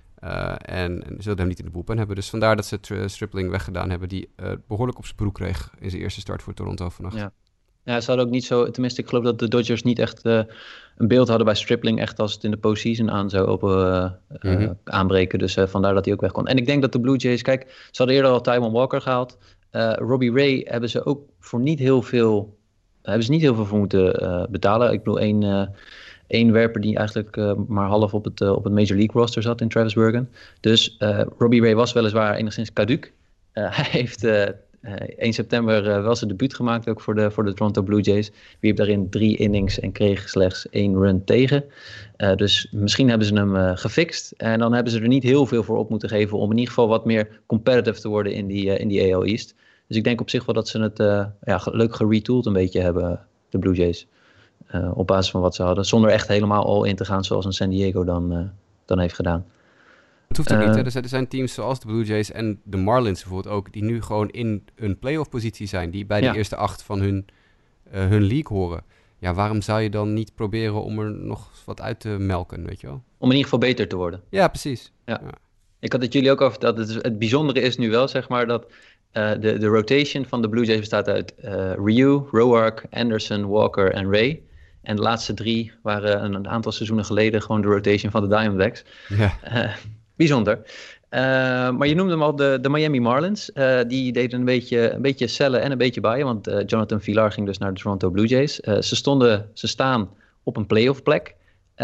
En ze wilden hem niet in de bullpen hebben. Dus vandaar dat ze Stripling weggedaan hebben, die behoorlijk op zijn broek kreeg in zijn eerste start voor Toronto vannacht. Ja, ze hadden ook niet zo... Tenminste, ik geloof dat de Dodgers niet echt een beeld hadden bij Stripling, echt als het in de postseason aan zou aanbreken. Dus vandaar dat hij ook weg kon. En ik denk dat de Blue Jays... Kijk, ze hadden eerder al Taijuan Walker gehaald. Robbie Ray hebben ze ook voor niet heel veel... Hebben ze niet heel veel voor moeten betalen. Ik bedoel, één werper die eigenlijk maar half op het Major League roster zat in Travis Bergen. Dus Robbie Ray was weliswaar enigszins caduc. Hij heeft 1 september wel zijn debuut gemaakt, ook voor de Toronto Blue Jays. Wierp daarin 3 innings en kreeg slechts 1 run tegen. Dus misschien hebben ze hem gefixt. En dan hebben ze er niet heel veel voor op moeten geven om in ieder geval wat meer competitive te worden in die AL East. Dus ik denk op zich wel dat ze het leuk geretooled een beetje hebben, de Blue Jays. Op basis van wat ze hadden. Zonder echt helemaal all in te gaan zoals een San Diego dan heeft gedaan. Het hoeft ook niet. Hè? Er zijn teams zoals de Blue Jays en de Marlins bijvoorbeeld ook, die nu gewoon in een playoff positie zijn. Die bij de eerste 8 van hun league horen. Ja, waarom zou je dan niet proberen om er nog wat uit te melken, weet je wel? Om in ieder geval beter te worden. Ja, precies. Ja. Ik had het jullie ook over verteld. Het bijzondere is nu wel, zeg maar, dat de rotation van de Blue Jays bestaat uit Ryu, Roark, Anderson, Walker en Ray. En de laatste 3 waren een aantal seizoenen geleden gewoon de rotation van de Diamondbacks. Ja. Bijzonder. Maar je noemde hem al de Miami Marlins. Die deden een beetje cellen en een beetje baaien. Want Jonathan Villar ging dus naar de Toronto Blue Jays. Ze staan op een playoff plek.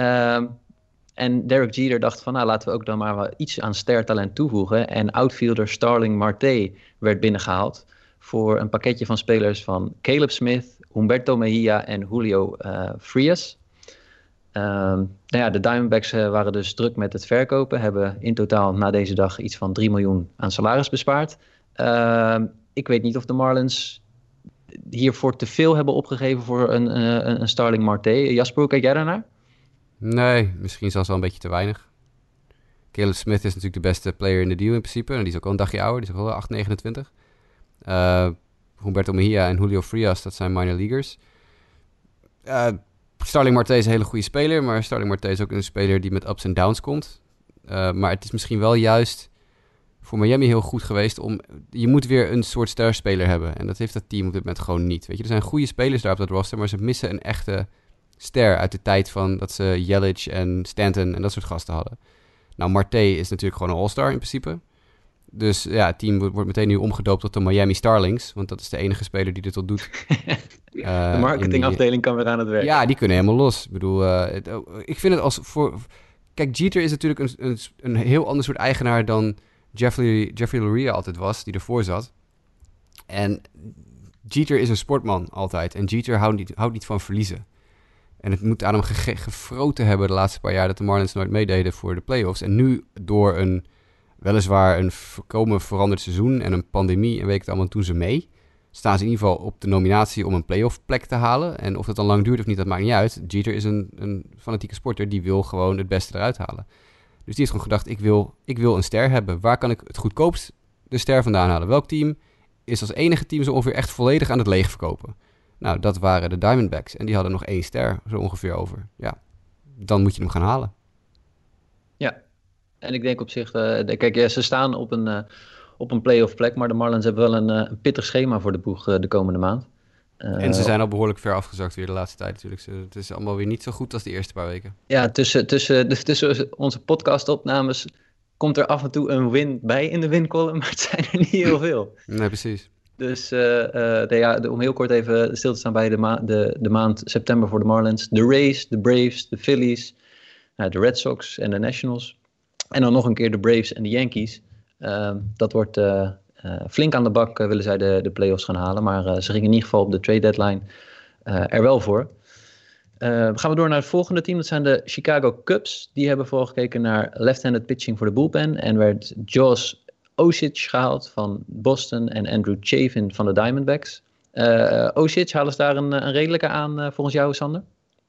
En Derek Jeter dacht van, laten we ook dan maar wel iets aan stertalent toevoegen. En outfielder Starling Marte werd binnengehaald voor een pakketje van spelers van Caleb Smith, Humberto Mejia en Julio Frias. De Diamondbacks waren dus druk met het verkopen. Hebben in totaal na deze dag iets van 3 miljoen aan salaris bespaard. Ik weet niet of de Marlins hiervoor te veel hebben opgegeven voor een Starling Marte. Jasper, hoe kijk jij daarnaar? Nee, misschien zelfs wel een beetje te weinig. Caleb Smith is natuurlijk de beste player in de deal in principe. En die is ook al een dagje ouder. Die is ook wel 8,29. Humberto Mejia en Julio Frias, dat zijn minor leaguers. Starling Marte is een hele goede speler, maar Starling Marte is ook een speler die met ups en downs komt. Maar het is misschien wel juist voor Miami heel goed geweest je moet weer een soort sterspeler hebben. En dat heeft dat team op dit moment gewoon niet. Weet je, er zijn goede spelers daar op dat roster, maar ze missen een echte ster uit de tijd van dat ze Yelich en Stanton en dat soort gasten hadden. Nou, Marte is natuurlijk gewoon een all-star in principe. Dus ja, het team wordt meteen nu omgedoopt tot de Miami Starlings, want dat is de enige speler die dit tot doet. De marketingafdeling kan weer aan het werk. Ja, die kunnen helemaal los. Ik bedoel, ik vind het als voor... Kijk, Jeter is natuurlijk een heel ander soort eigenaar dan Jeffrey Loria altijd was, die ervoor zat. En Jeter is een sportman altijd. En Jeter houdt niet van verliezen. En het moet aan hem gefroten hebben de laatste paar jaar dat de Marlins nooit meededen voor de playoffs. En nu door weliswaar een volkomen veranderd seizoen en een pandemie en weet ik het allemaal, doen ze mee. Staan ze in ieder geval op de nominatie om een playoff plek te halen. En of dat dan lang duurt of niet, dat maakt niet uit. Jeter is een fanatieke sporter, die wil gewoon het beste eruit halen. Dus die heeft gewoon gedacht, ik wil een ster hebben. Waar kan ik het goedkoopst de ster vandaan halen? Welk team is als enige team zo ongeveer echt volledig aan het leeg verkopen? Nou, dat waren de Diamondbacks. En die hadden nog 1 ster zo ongeveer over. Ja, dan moet je hem gaan halen. Ja, en ik denk op zich... kijk, ze staan op een playoff plek, maar de Marlins hebben wel een pittig schema voor de boeg de komende maand. En ze zijn al behoorlijk ver afgezakt weer de laatste tijd natuurlijk. Het is allemaal weer niet zo goed als de eerste paar weken. Ja, tussen onze podcastopnames komt er af en toe een win bij in de win-column, maar het zijn er niet heel veel. Nee, precies. Dus om heel kort even stil te staan bij de maand september voor de Marlins. De Rays, de Braves, de Phillies, de Red Sox en de Nationals. En dan nog een keer de Braves en de Yankees. Dat wordt flink aan de bak, willen zij de playoffs gaan halen. Maar ze gingen in ieder geval op de trade deadline er wel voor. Gaan we door naar het volgende team. Dat zijn de Chicago Cubs. Die hebben vooral gekeken naar left-handed pitching voor de bullpen. En werd Josh Osich gehaald van Boston en Andrew Chafin van de Diamondbacks. Osich, halen ze daar een redelijke aan volgens jou, Sander?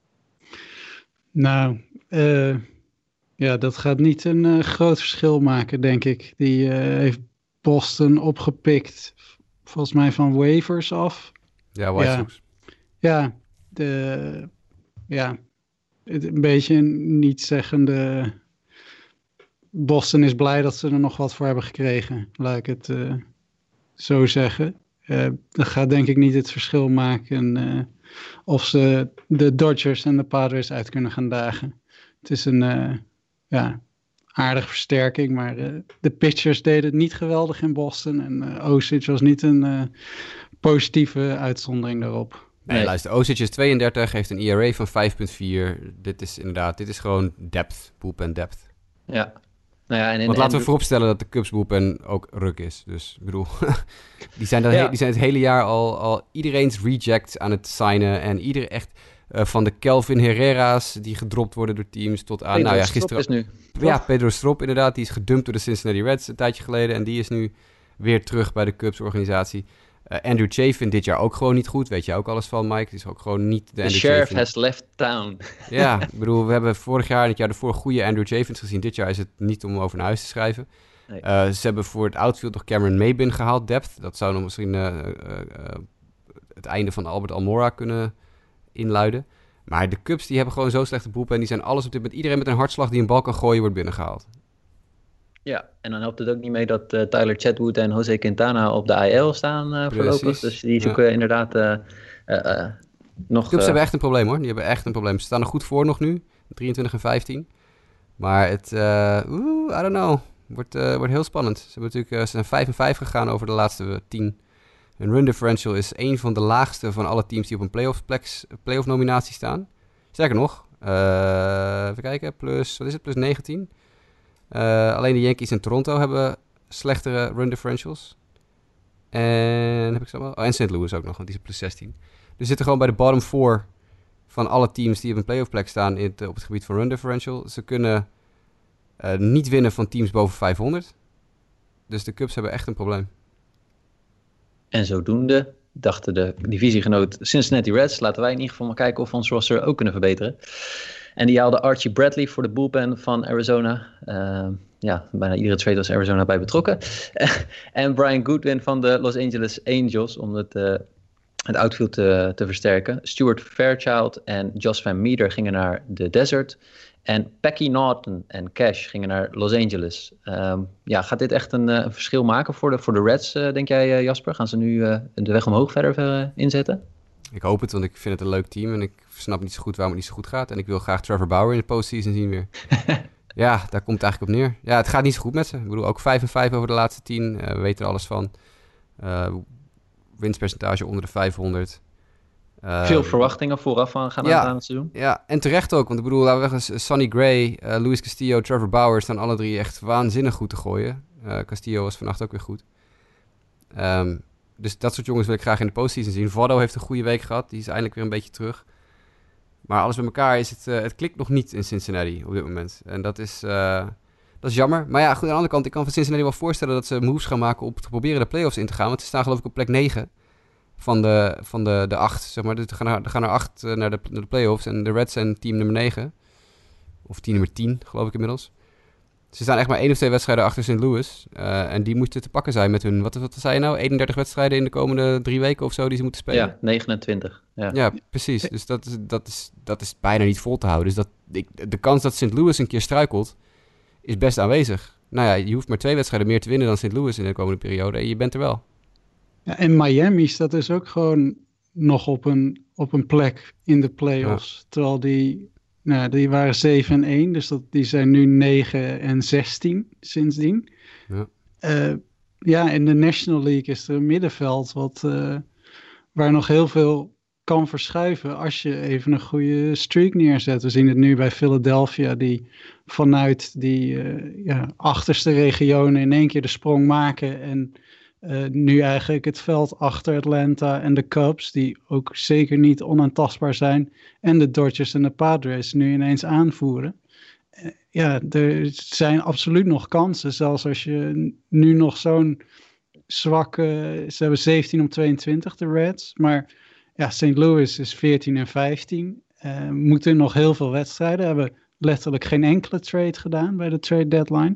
Nou, dat gaat niet een groot verschil maken, denk ik. Die heeft Boston opgepikt, volgens mij van waivers af. Ja, White Sox. Ja, een beetje niet zeggende... Boston is blij dat ze er nog wat voor hebben gekregen, laat ik het zo zeggen. Dat gaat denk ik niet het verschil maken of ze de Dodgers en de Padres uit kunnen gaan dagen. Het is een aardige versterking, maar de pitchers deden het niet geweldig in Boston. En Osich was niet een positieve uitzondering daarop. Nee, luister, Osich is 32, heeft een ERA van 5,4. Dit is gewoon depth, bullpen depth. Ja. Nou ja, want laten we vooropstellen dat de Cubs bullpen ook ruk is. Dus ik bedoel, die zijn het hele jaar al iedereen's rejects aan het signen. En iedereen echt van de Kelvin Herrera's die gedropt worden door teams tot aan... Pedro Strop is nu. Ja, Pedro Strop inderdaad. Die is gedumpt door de Cincinnati Reds een tijdje geleden. En die is nu weer terug bij de Cubs organisatie. Andrew Chafin dit jaar ook gewoon niet goed. Weet je ook alles van, Mike? Die is ook gewoon niet de Andrew sheriff Chafin. has left town. Ja, ik bedoel, we hebben vorig jaar en het jaar ervoor goede Andrew Chafins gezien. Dit jaar is het niet om over naar huis te schrijven. Nee. Ze hebben voor het outfield nog Cameron Maybin gehaald, depth. Dat zou dan misschien het einde van Albert Almora kunnen inluiden. Maar de Cubs die hebben gewoon zo slechte bullpen. Die zijn alles op dit moment. Iedereen met een hartslag die een bal kan gooien wordt binnengehaald. Ja, en dan helpt het ook niet mee dat Tyler Chatwood en Jose Quintana op de IL staan voorlopig. Dus die zoeken inderdaad nog... Cubs hebben echt een probleem hoor. Die hebben echt een probleem. Ze staan er goed voor nog nu. 23 en 15. Maar het... I don't know. Wordt heel spannend. Ze zijn 5-5 gegaan over de laatste 10. Hun run differential is een van de laagste van alle teams die op een playoff nominatie staan. Sterker nog, even kijken, plus 19? Alleen de Yankees en Toronto hebben slechtere run differentials. En heb ik zo wel? En St. Louis ook nog, want die is plus 16. Dus zitten gewoon bij de bottom 4 van alle teams die op een playoff plek staan op het gebied van run differential. Ze kunnen niet winnen van teams boven 500. Dus de Cubs hebben echt een probleem. En zodoende dachten de divisiegenoot Cincinnati Reds, laten wij in ieder geval maar kijken of we ons roster ook kunnen verbeteren. En die haalde Archie Bradley voor de bullpen van Arizona. Bijna iedere trade was Arizona bij betrokken. En Brian Goodwin van de Los Angeles Angels om het outfield te versterken. Stuart Fairchild en Josh Van Meter gingen naar de Desert. En Packy Norton en Cash gingen naar Los Angeles. Gaat dit echt een verschil maken voor de Reds, denk jij, Jasper? Gaan ze nu de weg omhoog verder inzetten? Ik hoop het, want ik vind het een leuk team. En ik snap niet zo goed waarom het niet zo goed gaat. En ik wil graag Trevor Bauer in de postseason zien weer. Ja, daar komt het eigenlijk op neer. Ja, het gaat niet zo goed met ze. Ik bedoel, ook 5-5 over de laatste 10. We weten er alles van. Winstpercentage onder de 500. Veel verwachtingen vooraf gaan aan het seizoen. Ja, en terecht ook. Want ik bedoel, laten we zeggen, Sonny Gray, Luis Castillo, Trevor Bauer staan alle drie echt waanzinnig goed te gooien. Castillo was vannacht ook weer goed. Dus dat soort jongens wil ik graag in de postseason zien. Votto heeft een goede week gehad. Die is eindelijk weer een beetje terug. Maar alles bij elkaar is het klikt nog niet in Cincinnati op dit moment. En dat is jammer. Maar ja, goed, aan de andere kant, ik kan van Cincinnati wel voorstellen dat ze moves gaan maken om te proberen de playoffs in te gaan. Want ze staan geloof ik op plek 9 van de 8, zeg maar. Dus er gaan er 8 naar de playoffs en de Reds zijn team nummer 9. Of team nummer 10, geloof ik inmiddels. Ze staan echt maar 1 of 2 wedstrijden achter St. Louis. En die moeten te pakken zijn met hun, wat zei je nou, 31 wedstrijden in de komende 3 weken of zo die ze moeten spelen? Ja, 29. Ja, precies. Dus dat is bijna niet vol te houden. Dus de kans dat St. Louis een keer struikelt, is best aanwezig. Nou ja, je hoeft maar 2 wedstrijden meer te winnen dan St. Louis in de komende periode. En je bent er wel. Ja, en Miami staat dus ook gewoon nog op een plek in de playoffs. Ja. Terwijl die waren 7-1, dus die zijn nu 9-16 sindsdien. Ja. In de National League is er een middenveld waar nog heel veel kan verschuiven als je even een goede streak neerzet. We zien het nu bij Philadelphia, die vanuit die achterste regionen in één keer de sprong maken en nu eigenlijk het veld achter Atlanta en de Cubs, die ook zeker niet onaantastbaar zijn, en de Dodgers en de Padres nu ineens aanvoeren. Er zijn absoluut nog kansen, zelfs als je nu nog zo'n zwakke... Ze hebben 17-22, de Reds, maar ja, St. Louis is 14-15. Moeten nog heel veel wedstrijden, hebben letterlijk geen enkele trade gedaan bij de trade deadline.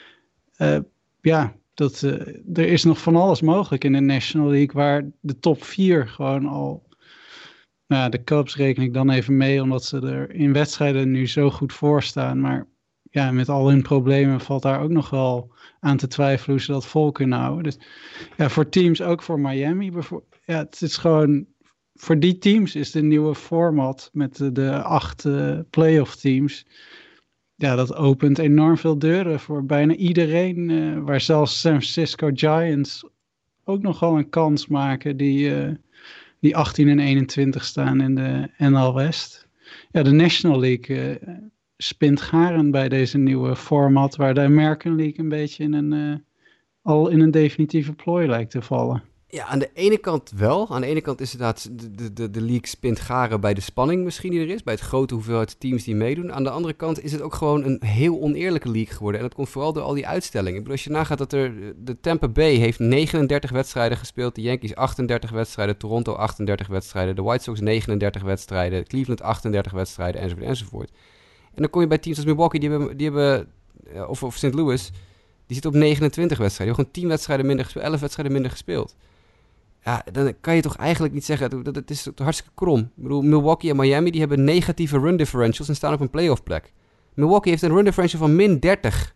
Er is nog van alles mogelijk in de National League, waar de top 4 gewoon al... Nou, de Cubs reken ik dan even mee, omdat ze er in wedstrijden nu zo goed voor staan. Maar ja, met al hun problemen valt daar ook nog wel aan te twijfelen hoe ze dat vol kunnen houden. Dus ja, voor teams, ook voor Miami bijvoorbeeld. Ja, het is gewoon... Voor die teams is de nieuwe format met de 8 playoff teams... Ja, dat opent enorm veel deuren voor bijna iedereen. Waar zelfs San Francisco Giants ook nogal een kans maken. Die 18 en 21 staan in de NL West. Ja, de National League spint garen bij deze nieuwe format. Waar de American League een beetje al in een definitieve plooi lijkt te vallen. Ja, aan de ene kant wel. Aan de ene kant is inderdaad de league spint garen bij de spanning misschien die er is. Bij het grote hoeveelheid teams die meedoen. Aan de andere kant is het ook gewoon een heel oneerlijke league geworden. En dat komt vooral door al die uitstellingen. Ik bedoel, als je nagaat dat de Tampa Bay heeft 39 wedstrijden gespeeld. De Yankees 38 wedstrijden. Toronto 38 wedstrijden. De White Sox 39 wedstrijden. Cleveland 38 wedstrijden. Enzovoort, enzovoort. En dan kom je bij teams als Milwaukee. Die hebben of St. Louis. Die zitten op 29 wedstrijden. Die hebben gewoon 10 wedstrijden minder gespeeld. 11 wedstrijden minder gespeeld. Ja, dan kan je toch eigenlijk niet zeggen, dat is hartstikke krom. Ik bedoel, Milwaukee en Miami, die hebben negatieve run differentials en staan op een playoff plek. Milwaukee heeft een run differential van min 30.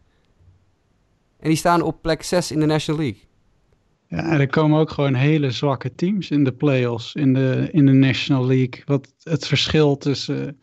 En die staan op plek 6 in de National League. Ja, en er komen ook gewoon hele zwakke teams in de playoffs, in de National League. Wat het verschil tussen...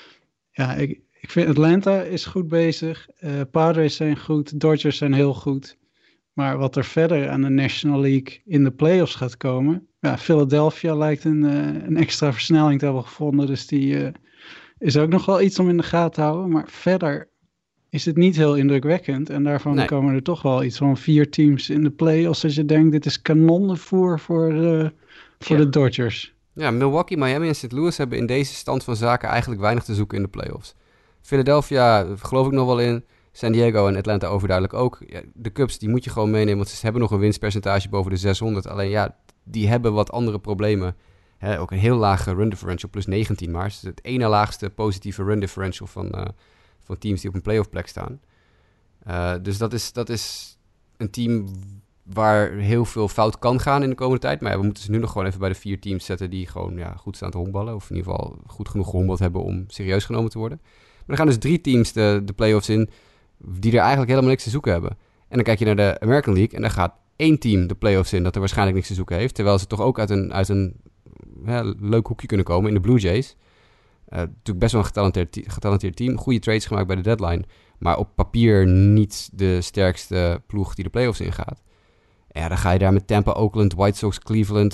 ik vind Atlanta is goed bezig. Padres zijn goed, Dodgers zijn heel goed. Maar wat er verder aan de National League in de playoffs gaat komen... Ja, Philadelphia lijkt een extra versnelling te hebben gevonden. Dus die is ook nog wel iets om in de gaten te houden. Maar verder is het niet heel indrukwekkend. En daarvan komen er toch wel iets van 4 teams in de playoffs. Als je denkt, dit is kanonnenvoer voor de Dodgers. Ja, Milwaukee, Miami en St. Louis hebben in deze stand van zaken eigenlijk weinig te zoeken in de playoffs. Philadelphia geloof ik nog wel in... San Diego en Atlanta overduidelijk ook. Ja, de Cubs, die moet je gewoon meenemen, want ze hebben nog een winstpercentage boven de 600. Alleen ja, die hebben wat andere problemen. Ook een heel lage run differential, plus 19 maar. Het is het ene laagste positieve run differential van teams die op een playoff plek staan. Dus dat is een team waar heel veel fout kan gaan in de komende tijd. Maar ja, we moeten ze nu nog gewoon even bij de 4 teams zetten die gewoon goed staan te honkballen. Of in ieder geval goed genoeg gehonkbald hebben om serieus genomen te worden. Maar er gaan dus 3 teams de playoffs in... die er eigenlijk helemaal niks te zoeken hebben. En dan kijk je naar de American League... en dan gaat 1 team de playoffs in... dat er waarschijnlijk niks te zoeken heeft... terwijl ze toch ook uit een leuk hoekje kunnen komen... in de Blue Jays. Natuurlijk best wel een getalenteerd team... goede trades gemaakt bij de deadline... maar op papier niet de sterkste ploeg... die de playoffs ingaat. Ja, dan ga je daar met Tampa, Oakland, White Sox, Cleveland...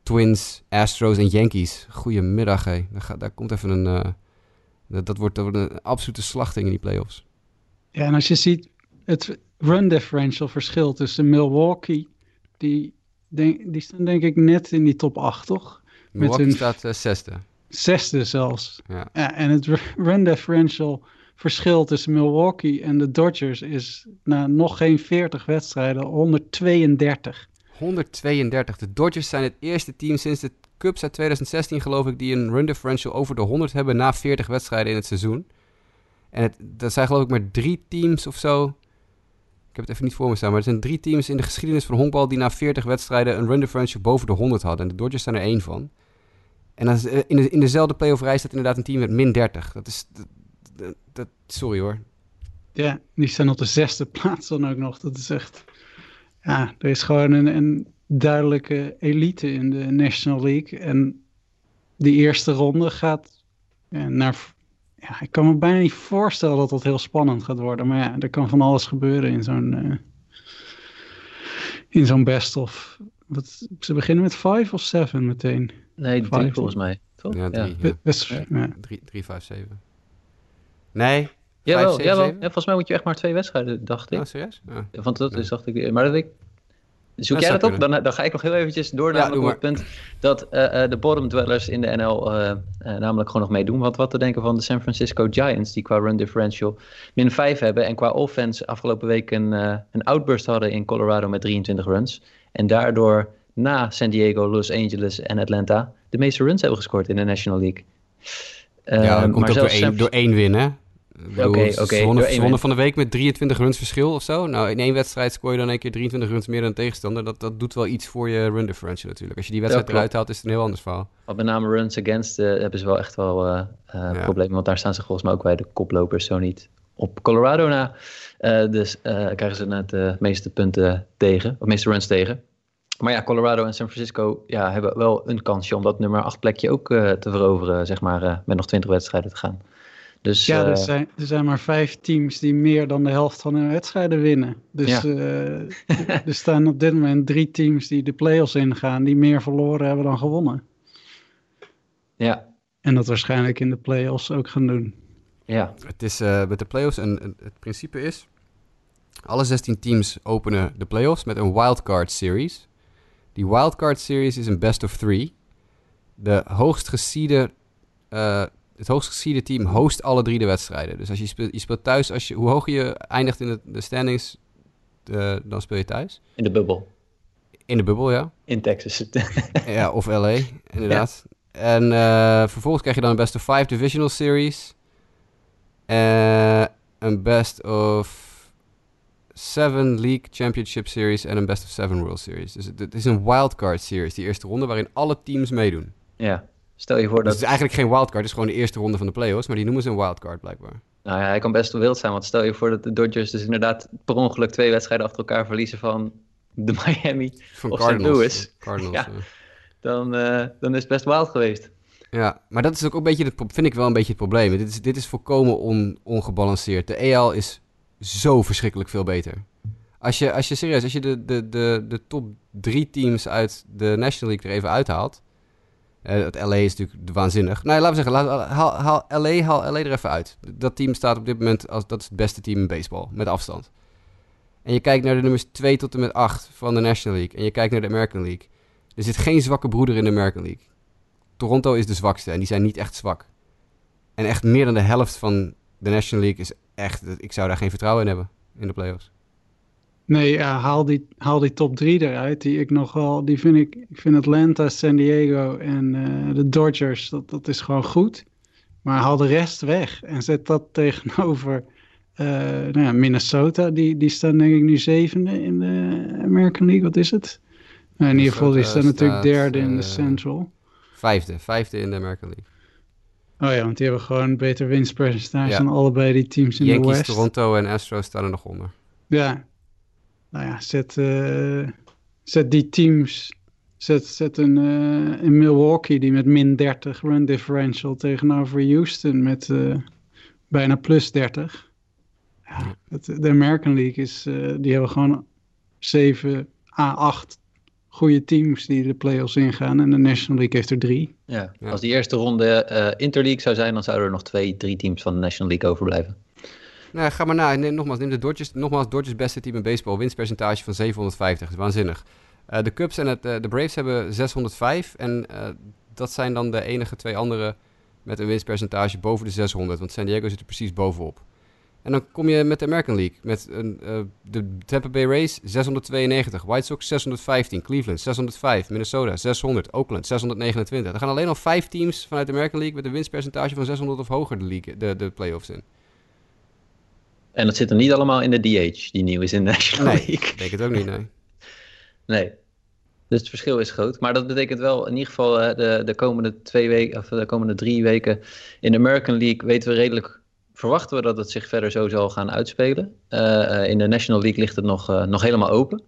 Twins, Astros en Yankees. Goedemiddag, hé. Daar komt even een... Dat wordt een absolute slachting in die playoffs. Ja, en als je ziet het run differential verschil tussen Milwaukee, die staan denk ik net in die top 8, toch? Milwaukee staat zesde. Zesde zelfs. Ja. Ja, en het run differential verschil tussen Milwaukee en de Dodgers is na nog geen 40 wedstrijden 132. 132. De Dodgers zijn het eerste team sinds de Cubs uit 2016, geloof ik, die een run differential over de 100 hebben na 40 wedstrijden in het seizoen. En dat zijn geloof ik maar 3 teams of zo. Ik heb het even niet voor me staan, maar er zijn 3 teams in de geschiedenis van honkbal die na 40 wedstrijden een run differential boven de 100 hadden. En de Dodgers zijn er 1 van. En dan in dezelfde playoff rij staat inderdaad een team met min 30. Dat is... sorry hoor. Ja, die staan op de 6e plaats dan ook nog. Dat is echt... Ja, er is gewoon een duidelijke elite in de National League. En die eerste ronde gaat naar... Ja, ik kan me bijna niet voorstellen dat dat heel spannend gaat worden. Maar ja, er kan van alles gebeuren in zo'n best-of. Ze beginnen met 5 of 7 meteen? Nee, 3 volgens mij. Toch? Ja, 3. Ja. 3, 5, 7. Nee, Jawel, 5, 7, 7? Ja, volgens mij moet je echt maar 2 wedstrijden, dacht ik. Oh, serieus? Ja. Want dat is, dacht ik... Maar dat ik... Zoek dat jij dat op? kunnen. Dan ga ik nog heel eventjes door namelijk op het punt dat de bottom dwellers in de NL namelijk gewoon nog meedoen. Wat te denken van de San Francisco Giants, die qua run differential min 5 hebben. En qua offense afgelopen week een outburst hadden in Colorado met 23 runs. En daardoor na San Diego, Los Angeles en Atlanta de meeste runs hebben gescoord in de National League. Ja, dat komt ook door één win, hè? Oké. Ze wonnen van de week met 23 runs verschil of zo. Nou, in 1 wedstrijd scoor je dan een keer 23 runs meer dan tegenstander. Dat doet wel iets voor je run differential natuurlijk. Als je die wedstrijd eruit haalt, is het een heel anders verhaal. Want met name runs against hebben ze wel echt wel problemen. Want daar staan ze volgens mij ook bij de koplopers zo niet op Colorado na. Dus krijgen ze net de meeste punten tegen, of meeste runs tegen. Maar ja, Colorado en San Francisco hebben wel een kansje om dat nummer 8 plekje ook te veroveren, zeg maar, met nog 20 wedstrijden te gaan. Dus, ja, er zijn maar 5 teams die meer dan de helft van hun wedstrijden winnen. Dus er staan op dit moment 3 teams die de play-offs ingaan, die meer verloren hebben dan gewonnen. Ja. En dat waarschijnlijk in de play-offs ook gaan doen. Ja. Het is met de play-offs en het principe is, alle 16 teams openen de play-offs met een wildcard series. Die wildcard series is een best of 3. De hoogst geseedde... Het hoogst geseedde team host alle 3 de wedstrijden. Dus als je speelt thuis, hoe hoger je eindigt in de standings, dan speel je thuis. In de bubbel. In de bubbel, ja. In Texas. Ja, of LA, inderdaad. Ja. En vervolgens krijg je dan een best of 5 divisional series. Een best of 7 league championship series en een best of 7 world series. Dus het is een wildcard series, die eerste ronde, waarin alle teams meedoen. Ja. Stel je voor dat... Dus het is eigenlijk geen wildcard, het is gewoon de eerste ronde van de playoffs, maar die noemen ze een wildcard blijkbaar. Nou ja, hij kan best wel wild zijn, want stel je voor dat de Dodgers dus inderdaad per ongeluk 2 wedstrijden achter elkaar verliezen van de Miami van of Cardinals, St. Louis. Cardinals, ja. Dan is het best wild geweest. Ja, maar dat is ook een beetje vind ik wel een beetje het probleem. Dit is volkomen ongebalanceerd. De AL is zo verschrikkelijk veel beter. Als je de top 3 teams uit de National League er even uithaalt. Het LA is natuurlijk waanzinnig. Nou, laten we zeggen, haal LA er even uit. Dat team staat op dit moment dat is het beste team in baseball, met afstand. En je kijkt naar de nummers 2 tot en met 8 van de National League. En je kijkt naar de American League. Er zit geen zwakke broeder in de American League. Toronto is de zwakste en die zijn niet echt zwak. En echt meer dan de helft van de National League is echt... Ik zou daar geen vertrouwen in hebben, in de playoffs. Nee, ja, haal die top 3 eruit. Ik vind Atlanta, San Diego en de Dodgers, dat is gewoon goed. Maar haal de rest weg en zet dat tegenover Minnesota. Die staan denk ik nu 7e in de American League. Wat is het? Nou, in ieder geval, die staan natuurlijk 3e in de Central. 5e in de American League. Oh ja, want die hebben gewoon een beter winstpercentage dan allebei die teams in Yankees, de West. Toronto en Astros staan er nog onder. Ja. Nou ja, zet die teams... Zet een Milwaukee die met min 30 run differential tegenover Houston met bijna plus 30. Ja, de American League die hebben gewoon 7 à 8 goede teams die de playoffs ingaan. En de National League heeft er 3. Ja. Als die eerste ronde Interleague zou zijn, dan zouden er nog 2-3 teams van de National League overblijven. Nou, ga maar na. Neem de Dodgers. Nogmaals, Dodgers beste team in baseball. Winstpercentage van 750. Dat is waanzinnig. De Cubs en de Braves hebben 605. En dat zijn dan de enige 2 andere met een winstpercentage boven de 600. Want San Diego zit er precies bovenop. En dan kom je met de American League. Met de Tampa Bay Rays 692. White Sox 615. Cleveland 605. Minnesota 600. Oakland 629. Er gaan alleen al 5 teams vanuit de American League met een winstpercentage van 600 of hoger de playoffs in. En dat zit er niet allemaal in de DH, die nieuw is in de National League. Ik denk het ook niet, nee. Nee. Dus het verschil is groot. Maar dat betekent wel in ieder geval de komende 2 weken, of de komende 3 weken in de American League weten we redelijk, verwachten we dat het zich verder zo zal gaan uitspelen. In de National League ligt het nog helemaal open.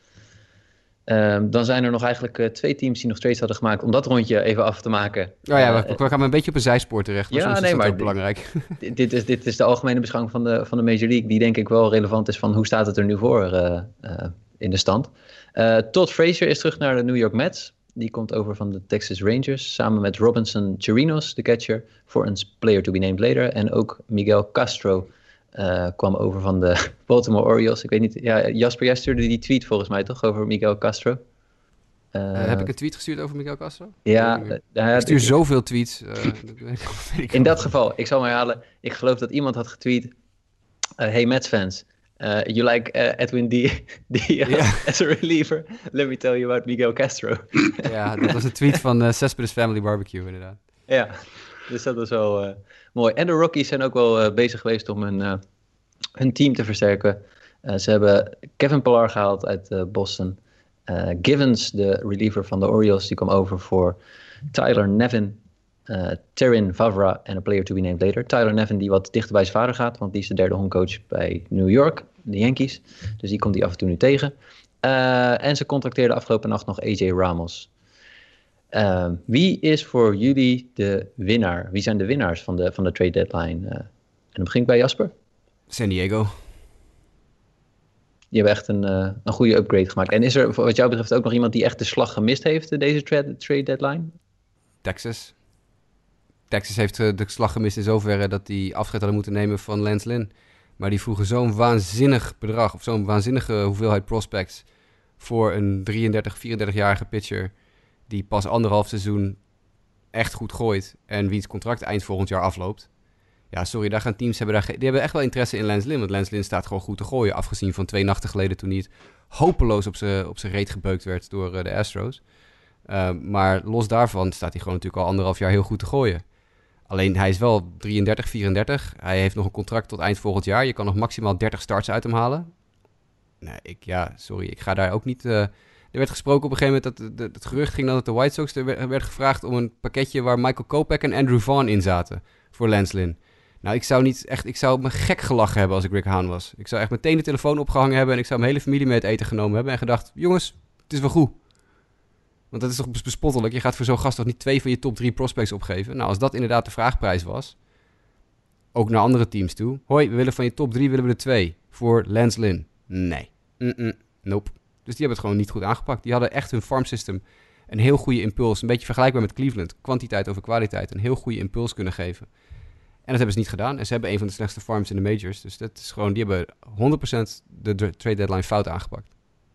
Dan zijn er nog eigenlijk 2 teams die nog trades hadden gemaakt om dat rondje even af te maken. Oh ja, we gaan een beetje op een zijspoor terecht. Maar ja, nee, maar ook belangrijk. Dit is de algemene beschouwing van de Major League, die denk ik wel relevant is van hoe staat het er nu voor in de stand. Todd Frazier is terug naar de New York Mets. Die komt over van de Texas Rangers. Samen met Robinson Chirinos, de catcher, voor een player to be named later. En ook Miguel Castro kwam over van de Baltimore Orioles. Ik weet niet, ja, Jasper, jij stuurde die tweet volgens mij toch over Miguel Castro? Heb ik een tweet gestuurd over Miguel Castro? Ja. Ik stuur zoveel tweets. In dat geval, ik zal maar herhalen. Ik geloof dat iemand had getweet. Hey Mets fans. You like Edwin D as a reliever? Let me tell you about Miguel Castro. Ja, dat was een tweet van Cespedes Family Barbecue inderdaad. Ja, dus dat is wel mooi. En de Rockies zijn ook wel bezig geweest om hun team te versterken. Ze hebben Kevin Pillar gehaald uit Boston. Givens, de reliever van de Orioles, die kwam over voor Tyler Nevin, Terrin Vavra en een player to be named later. Tyler Nevin die wat dichter bij zijn vader gaat, want die is de 3e homecoach bij New York, de Yankees. Dus die komt die af en toe nu tegen. En ze contracteerden afgelopen nacht nog AJ Ramos. Wie is voor jullie de winnaar? Wie zijn de winnaars van de trade deadline? En dan begin ik bij Jasper. San Diego. Die hebben echt een goede upgrade gemaakt. En is er wat jou betreft ook nog iemand die echt de slag gemist heeft deze trade deadline? Texas. Texas heeft de slag gemist in zoverre dat die afscheid hadden moeten nemen van Lance Lynn. Maar die vroegen zo'n waanzinnig bedrag of zo'n waanzinnige hoeveelheid prospects voor een 33, 34-jarige pitcher die pas 1,5 seizoen echt goed gooit en wiens contract eind volgend jaar afloopt. Ja, sorry, daar gaan teams die hebben echt wel interesse in Lance Lynn, want Lance Lynn staat gewoon goed te gooien, afgezien van 2 nachten geleden toen hij het hopeloos op zijn reet gebeukt werd door de Astros. Maar los daarvan staat hij gewoon natuurlijk al 1,5 jaar heel goed te gooien. Alleen hij is wel 33, 34. Hij heeft nog een contract tot eind volgend jaar. Je kan nog maximaal 30 starts uit hem halen. Nee, ik ga daar ook niet... Er werd gesproken op een gegeven moment dat het gerucht ging dat de White Sox... Er werd gevraagd om een pakketje waar Michael Kopech en Andrew Vaughn in zaten voor Lance Lynn. Nou, ik zou me gek gelachen hebben als ik Rick Hahn was. Ik zou echt meteen de telefoon opgehangen hebben en ik zou mijn hele familie mee het eten genomen hebben en gedacht, jongens, het is wel goed. Want dat is toch bespottelijk. Je gaat voor zo'n gast toch niet 2 van je top 3 prospects opgeven? Nou, als dat inderdaad de vraagprijs was, ook naar andere teams toe. Hoi, we willen van je top 3 willen we er 2 voor Lance Lynn. Nee. Nope. Dus die hebben het gewoon niet goed aangepakt. Die hadden echt hun farm system een heel goede impuls. Een beetje vergelijkbaar met Cleveland. Kwantiteit over kwaliteit. Een heel goede impuls kunnen geven. En dat hebben ze niet gedaan. En ze hebben een van de slechtste farms in de majors. Dus dat is gewoon, die hebben 100% de trade deadline fout aangepakt.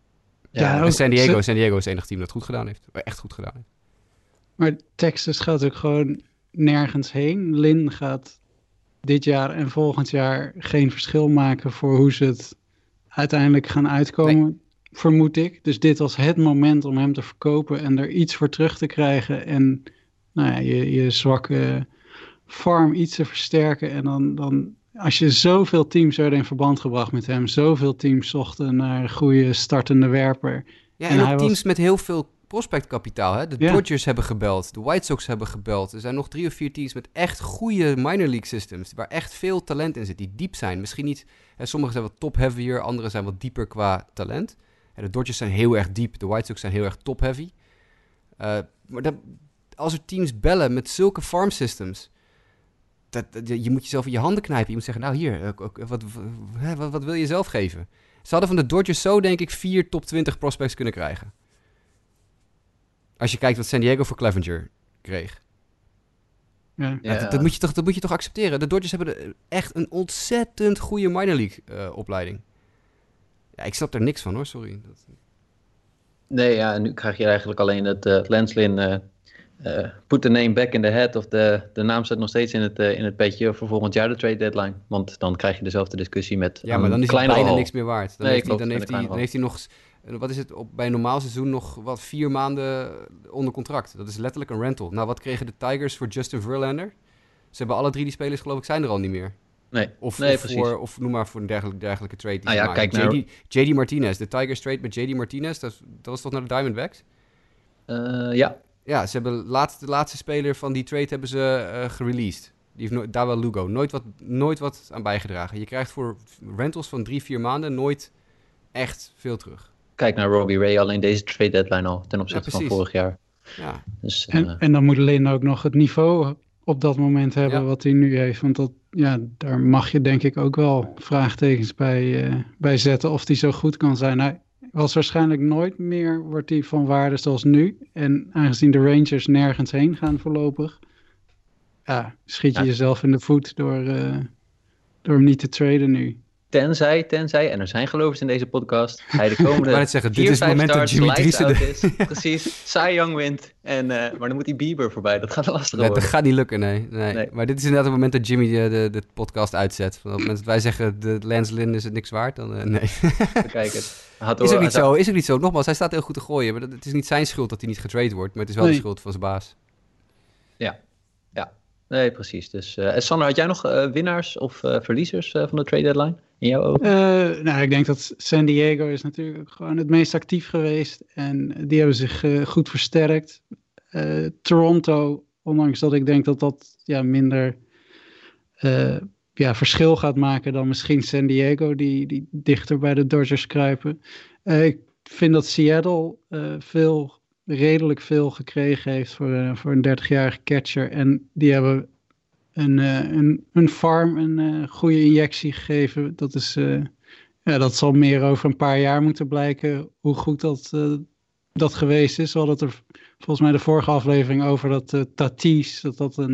Ja, en San Diego is het enige team dat goed gedaan heeft. Echt goed gedaan heeft. Maar Texas gaat ook gewoon nergens heen. Lynn gaat dit jaar en volgend jaar geen verschil maken voor hoe ze het uiteindelijk gaan uitkomen, vermoed ik. Dus dit was het moment om hem te verkopen en er iets voor terug te krijgen en nou ja, je zwakke farm iets te versterken. En dan als je zoveel teams werden in verband gebracht met hem, zoveel teams zochten naar een goede startende werper. Ja, en ook teams met heel veel prospectkapitaal. Hè? De Dodgers hebben gebeld, de White Sox hebben gebeld. Er zijn nog 3 of 4 teams met echt goede minor league systems, waar echt veel talent in zit, die diep zijn. Misschien niet, sommige zijn wat top-heavier, andere zijn wat dieper qua talent. De Dodgers zijn heel erg diep, de White Sox zijn heel erg top-heavy. Maar als er teams bellen met zulke farm systems, je moet jezelf in je handen knijpen. Je moet zeggen, nou hier, wat wil je zelf geven? Ze hadden van de Dodgers zo, denk ik, 4 top 20 prospects kunnen krijgen. Als je kijkt wat San Diego voor Clevenger kreeg. Ja. Ja. Dat moet je toch accepteren. De Dodgers hebben echt een ontzettend goede minor league opleiding. Ja, ik snap er niks van hoor, sorry. Nee, ja, en nu krijg je eigenlijk alleen het Lance Lynn put the name back in the head. Of de naam staat nog steeds in het petje voor volgend jaar de trade deadline. Want dan krijg je dezelfde discussie met Ja, maar dan is het bijna niks meer waard. Dan heeft hij nog... Wat is het? Bij een normaal seizoen nog 4 maanden onder contract. Dat is letterlijk een rental. Nou, wat kregen de Tigers voor Justin Verlander? Ze hebben alle 3 die spelers, geloof ik, zijn er al niet meer. Nee, Of noem maar voor een dergelijke trade die Ah, ze ja, maken. kijk naar... JD Martinez, de Tigers trade met JD Martinez, dat was toch naar de Diamondbacks? Ja. Ja, ze hebben de laatste speler van die trade hebben ze gereleased. Die heeft Dawel Lugo. Nooit wat aan bijgedragen. Je krijgt voor rentals van 3-4 maanden nooit echt veel terug. Kijk naar Robbie Ray, alleen deze trade deadline al ten opzichte van vorig jaar. Ja. Dus, en dan moet Lynn ook nog het niveau op dat moment hebben wat hij nu heeft. Want daar mag je denk ik ook wel vraagtekens bij zetten of hij zo goed kan zijn. Hij was waarschijnlijk nooit meer, wordt hij van waarde zoals nu. En aangezien de Rangers nergens heen gaan voorlopig, schiet je jezelf in de voet door hem niet te traden nu. Tenzij, en er zijn gelovers in deze podcast, hij de komende 4-5 dit is het moment dat Jimmy Driessen is. Precies, Cy Young wint. Maar dan moet die Bieber voorbij, dat gaat lastig worden. Dat gaat niet lukken, nee. Maar dit is inderdaad het moment dat Jimmy de podcast uitzet. Op het moment dat wij zeggen, de Lance Lynn is het niks waard, dan nee. Kijk het. Is ook niet zo. Nogmaals, hij staat heel goed te gooien. Maar het is niet zijn schuld dat hij niet getrade wordt, maar het is wel de schuld van zijn baas. Ja. Nee, precies. Dus, Sander, had jij nog winnaars of verliezers van de trade deadline in jouw ogen? Ik denk dat San Diego is natuurlijk gewoon het meest actief geweest. En die hebben zich goed versterkt. Toronto, ondanks dat ik denk dat minder verschil gaat maken dan misschien San Diego, die dichter bij de Dodgers kruipen. Ik vind dat Seattle redelijk veel gekregen heeft voor een 30-jarige catcher. En die hebben een farm een goede injectie gegeven. Dat zal meer over een paar jaar moeten blijken hoe goed dat geweest is. We hadden het er volgens mij de vorige aflevering over dat Tatis,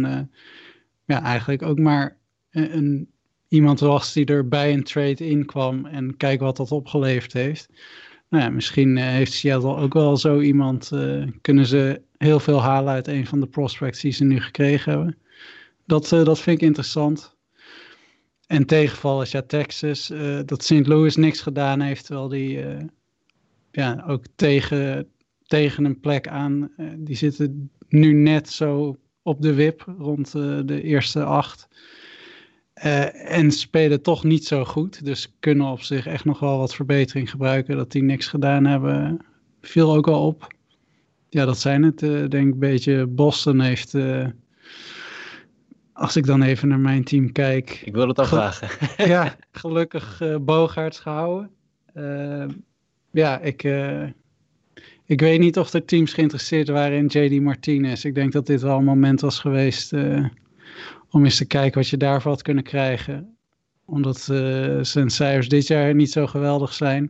eigenlijk ook maar iemand was die er bij een trade inkwam en kijk wat dat opgeleverd heeft. Misschien heeft Seattle ook wel zo iemand, kunnen ze heel veel halen uit een van de prospects die ze nu gekregen hebben. Dat vind ik interessant. En tegenvallers, Texas, dat St. Louis niks gedaan heeft, terwijl die ook tegen een plek aan, die zitten nu net zo op de wip rond de eerste 8. En spelen toch niet zo goed. Dus kunnen op zich echt nog wel wat verbetering gebruiken. Dat die niks gedaan hebben, viel ook al op. Ja, dat zijn het. Denk ik een beetje. Boston heeft... als ik dan even naar mijn team kijk... Ik wil het afvragen. Gelukkig Bogaerts gehouden. Ik weet niet of er teams geïnteresseerd waren in JD Martinez. Ik denk dat dit wel een moment was geweest... om eens te kijken wat je daarvoor had kunnen krijgen. Omdat zijn cijfers dit jaar niet zo geweldig zijn.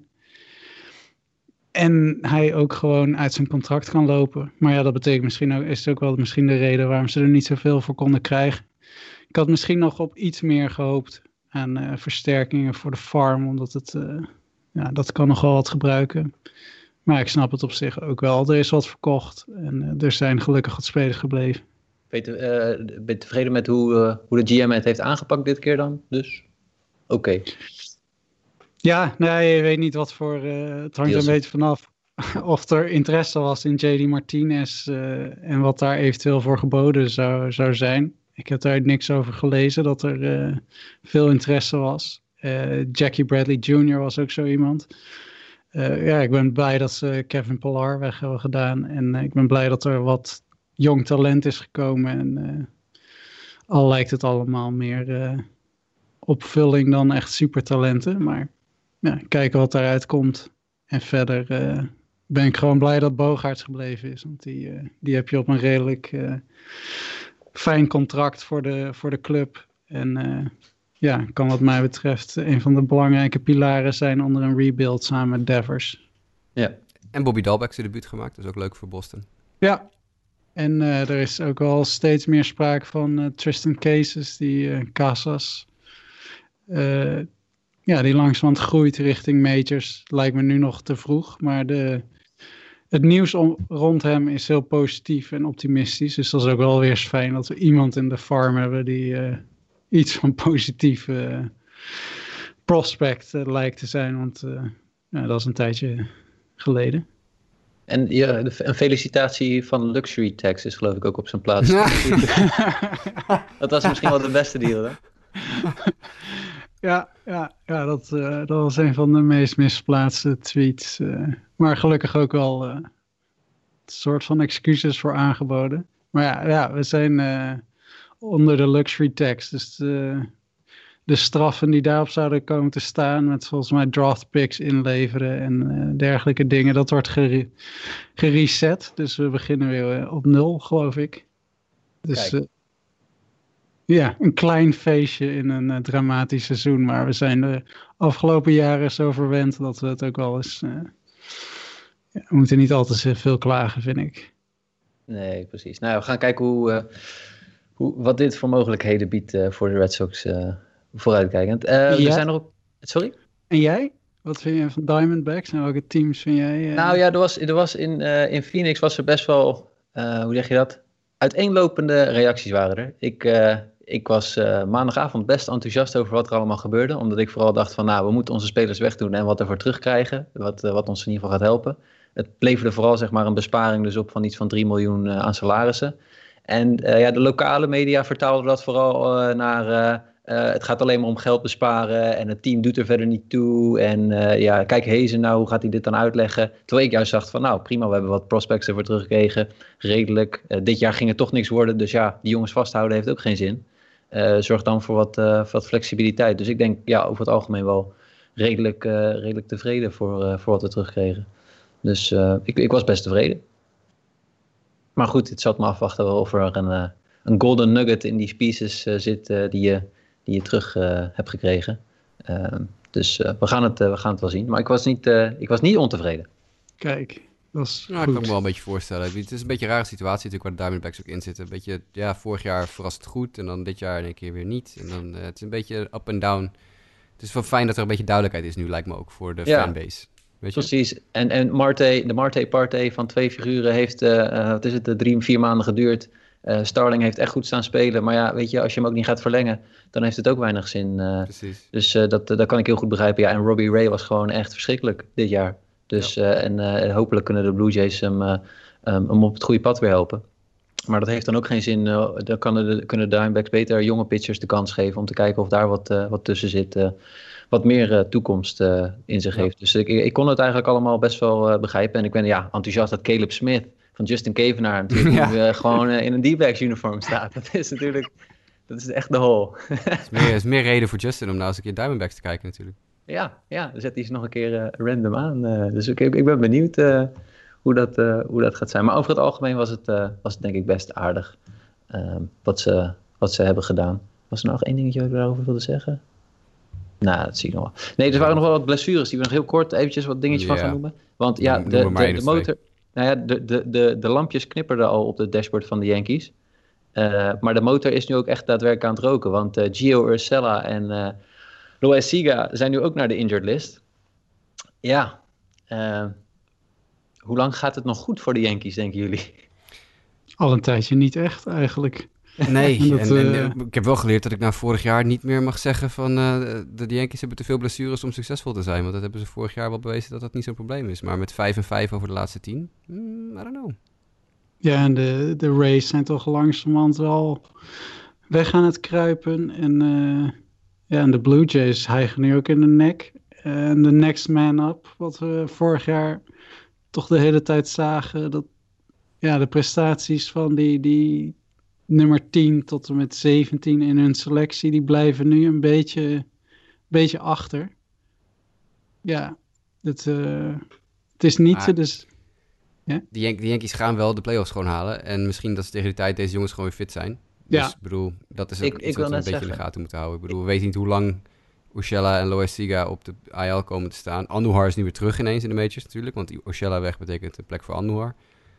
En hij ook gewoon uit zijn contract kan lopen. Maar ja, dat betekent misschien ook, is ook wel misschien de reden waarom ze er niet zoveel voor konden krijgen. Ik had misschien nog op iets meer gehoopt aan versterkingen voor de farm. Omdat dat kan nog wel wat gebruiken. Maar ik snap het op zich ook wel. Er is wat verkocht. En er zijn gelukkig wat spelers gebleven. Ben je tevreden met hoe de GM het heeft aangepakt dit keer dan? Dus, oké. Ja, je weet niet wat voor... het hangt er een beetje vanaf of er interesse was in JD Martinez en wat daar eventueel voor geboden zou zijn. Ik heb daar niks over gelezen, dat er veel interesse was. Jackie Bradley Jr. was ook zo iemand. Ik ben blij dat ze Kevin Pillar weg hebben gedaan. En ik ben blij dat er wat jong talent is gekomen. En al lijkt het allemaal meer opvulling dan echt supertalenten. Maar kijken wat daaruit komt. En verder ben ik gewoon blij dat Bogaerts gebleven is. Want die heb je op een redelijk fijn contract voor de club. En kan wat mij betreft een van de belangrijke pilaren zijn onder een rebuild samen met Devers. Ja. En Bobby Dalbec zijn debuut gemaakt. Dat is ook leuk voor Boston. Ja, en er is ook wel steeds meer sprake van Tristan Cases, Casas. eh, ja, die langzamerhand groeit richting majors. Lijkt me nu nog te vroeg, maar het nieuws rond hem is heel positief en optimistisch. Dus dat is ook wel weer eens fijn dat we iemand in de farm hebben die iets van positieve prospect lijkt te zijn. Want ja, dat is een tijdje geleden. En een felicitatie van Luxury Tax is geloof ik ook op zijn plaats. Dat was misschien wel de beste deal, hè? Ja, dat was een van de meest misplaatste tweets. Maar gelukkig ook wel een soort van excuses voor aangeboden. Maar ja, we zijn onder de luxury tax. Dus de straffen die daarop zouden komen te staan, met volgens mij draft picks inleveren en dergelijke dingen, dat wordt gereset. Dus we beginnen weer op 0, geloof ik. Dus ja, een klein feestje in een dramatisch seizoen. Maar we zijn de afgelopen jaren zo verwend dat we het ook wel eens... we moeten niet al te veel klagen, vind ik. Nee, precies. Nou, we gaan kijken wat dit voor mogelijkheden biedt voor de Red Sox vooruitkijkend. We zijn nog... Sorry? En jij? Wat vind je van Diamondbacks? En welke teams vind jij? Nou ja, er was in Phoenix was er best wel, hoe zeg je dat? Uiteenlopende reacties waren er. Ik was maandagavond best enthousiast over wat er allemaal gebeurde. Omdat ik vooral dacht van, nou, we moeten onze spelers wegdoen en wat ervoor terugkrijgen. Wat ons in ieder geval gaat helpen. Het leverde vooral zeg maar een besparing dus op van iets van 3 miljoen aan salarissen. En de lokale media vertaalden dat vooral naar... het gaat alleen maar om geld besparen en het team doet er verder niet toe. En kijk Hazen nou, hoe gaat hij dit dan uitleggen? Terwijl ik juist dacht van, nou prima, we hebben wat prospects ervoor teruggekregen. Redelijk. Dit jaar ging het toch niks worden, dus ja, die jongens vasthouden heeft ook geen zin. Zorg dan voor wat flexibiliteit. Dus ik denk over het algemeen wel redelijk tevreden voor wat we terugkregen. Dus ik was best tevreden. Maar goed, het zat me afwachten of er een golden nugget in die pieces zit die je terug hebt gekregen. Dus we gaan het wel zien. Maar ik was niet ontevreden. Kijk, dat is ik kan me wel een beetje voorstellen. Het is een beetje een rare situatie natuurlijk waar de Diamondbacks ook in zitten. Een beetje, vorig jaar verrast het goed en dan dit jaar in een keer weer niet. En dan het is een beetje up and down. Het is wel fijn dat er een beetje duidelijkheid is nu, lijkt me ook, voor de fanbase. Weet je? Precies. En de Marte-partij van 2 figuren heeft, 3-4 maanden geduurd. Starling heeft echt goed staan spelen. Maar ja, weet je, als je hem ook niet gaat verlengen, dan heeft het ook weinig zin. Precies. Dus dat kan ik heel goed begrijpen. Ja, en Robbie Ray was gewoon echt verschrikkelijk dit jaar. Dus hopelijk kunnen de Blue Jays hem op het goede pad weer helpen. Maar dat heeft dan ook geen zin. Dan kunnen de Diamondbacks beter jonge pitchers de kans geven om te kijken of daar wat tussen zit. Wat meer toekomst in zich heeft. Dus ik kon het eigenlijk allemaal best wel begrijpen. En ik ben enthousiast dat Caleb Smith van Justin Kevenaar natuurlijk nu, gewoon in een D-backs uniform staat. Dat is echt de hol. Het is meer reden voor Justin om nou eens een keer Diamondbacks te kijken natuurlijk. Ja, dan zet hij ze nog een keer random aan. Dus ik ben benieuwd hoe dat gaat zijn. Maar over het algemeen was het denk ik best aardig wat ze hebben gedaan. Was er nog één dingetje wat ik daarover wilde zeggen? Nou, dat zie ik nog wel. Nee, er waren nog wel wat blessures die we nog heel kort eventjes wat dingetjes van gaan noemen. Want de motor... Nou ja, de lampjes knipperden al op het dashboard van de Yankees. Maar de motor is nu ook echt daadwerkelijk aan het roken. Want Gio Urshela en Loaiziga zijn nu ook naar de injured list. Ja, hoe lang gaat het nog goed voor de Yankees, denken jullie? Al een tijdje niet echt, eigenlijk. Nee, en ik heb wel geleerd dat ik na vorig jaar niet meer mag zeggen van de Yankees hebben te veel blessures om succesvol te zijn. Want dat hebben ze vorig jaar wel bewezen dat dat niet zo'n probleem is. Maar met 5-5 over de laatste 10, I don't know. Ja, en de Rays zijn toch langzamerhand wel weg aan het kruipen. En de Blue Jays hijgen nu ook in de nek. En de next man up, wat we vorig jaar toch de hele tijd zagen. Dat, de prestaties van die nummer 10 tot en met 17 in hun selectie, die blijven nu een beetje achter. Ja, het is niet... Dus, ja? De Yankees gaan wel de playoffs gewoon halen. En misschien dat ze tegen de tijd deze jongens gewoon weer fit zijn. Dus ik bedoel, dat is ook iets wat we een beetje in de gaten moeten houden. Ik bedoel, we weten niet hoe lang Urshela en Loaiziga op de IL komen te staan. Andujar is nu weer terug ineens in de majors natuurlijk. Want Urshela weg betekent een plek voor Andujar.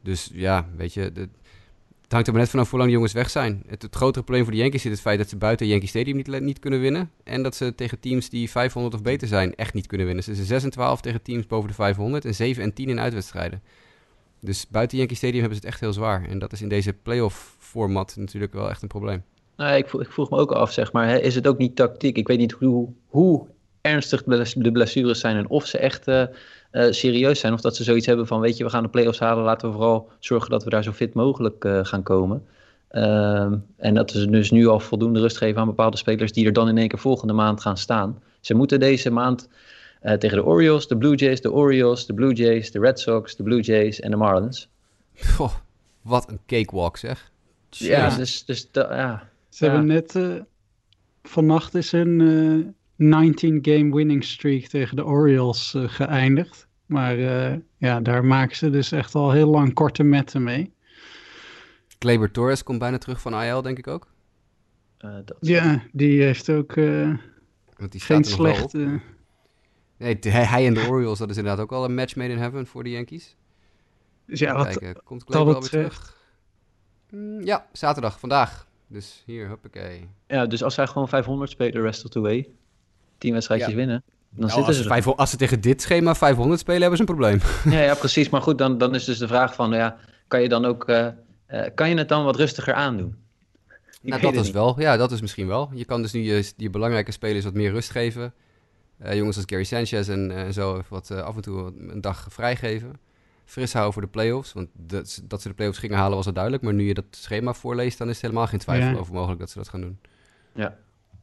Dus ja, weet je, het hangt er maar net vanaf hoe lang de jongens weg zijn. Het grotere probleem voor de Yankees is het feit dat ze buiten Yankee Stadium niet kunnen winnen. En dat ze tegen teams die 500 of beter zijn echt niet kunnen winnen. Ze zijn 6-12 tegen teams boven de 500 en 7-10 in uitwedstrijden. Dus buiten Yankee Stadium hebben ze het echt heel zwaar. En dat is in deze playoff format natuurlijk wel echt een probleem. Nou, ik vroeg me ook af, zeg maar, hè, is het ook niet tactiek? Ik weet niet hoe ernstig de blessures zijn en of ze echt serieus zijn. Of dat ze zoiets hebben van, weet je, we gaan de play-offs halen. Laten we vooral zorgen dat we daar zo fit mogelijk gaan komen. En dat we dus nu al voldoende rust geven aan bepaalde spelers die er dan in één keer volgende maand gaan staan. Ze moeten deze maand tegen de Orioles, de Blue Jays, de Orioles, de Blue Jays, de Red Sox, de Blue Jays en de Marlins. Goh, wat een cakewalk zeg. Ja, ja. Ze hebben net, vannacht is een 19-game winning streak tegen de Orioles geëindigd. Maar ja, daar maken ze dus echt al heel lang korte metten mee. Gleyber Torres komt bijna terug van IL, denk ik ook. Ja, die heeft ook Want die staat geen er nog wel op. slechte... Nee, hij en de Orioles, dat is inderdaad ook al een match made in heaven voor de Yankees. Dus ja, wat Kijken, komt Gleyber alweer terug? Ja, zaterdag, vandaag. Dus hier, huppakee. Ja, dus als zij gewoon 500 spelen rest of the way, 10 wedstrijdjes winnen, dan Nou, zitten ze er. als ze tegen dit schema 500 spelen, hebben ze een probleem. Ja, precies. Maar goed, dan is dus de vraag van, ja, kan je dan ook, kan je het dan wat rustiger aandoen? Nou, dat is wel. Ja, dat is misschien wel. Je kan dus nu je belangrijke spelers wat meer rust geven. Jongens als Gary Sanchez en zo wat af en toe een dag vrijgeven. Fris houden voor de play-offs. Want dat ze de play-offs gingen halen was al duidelijk. Maar nu je dat schema voorleest, dan is het helemaal geen twijfel over mogelijk dat ze dat gaan doen. Ja.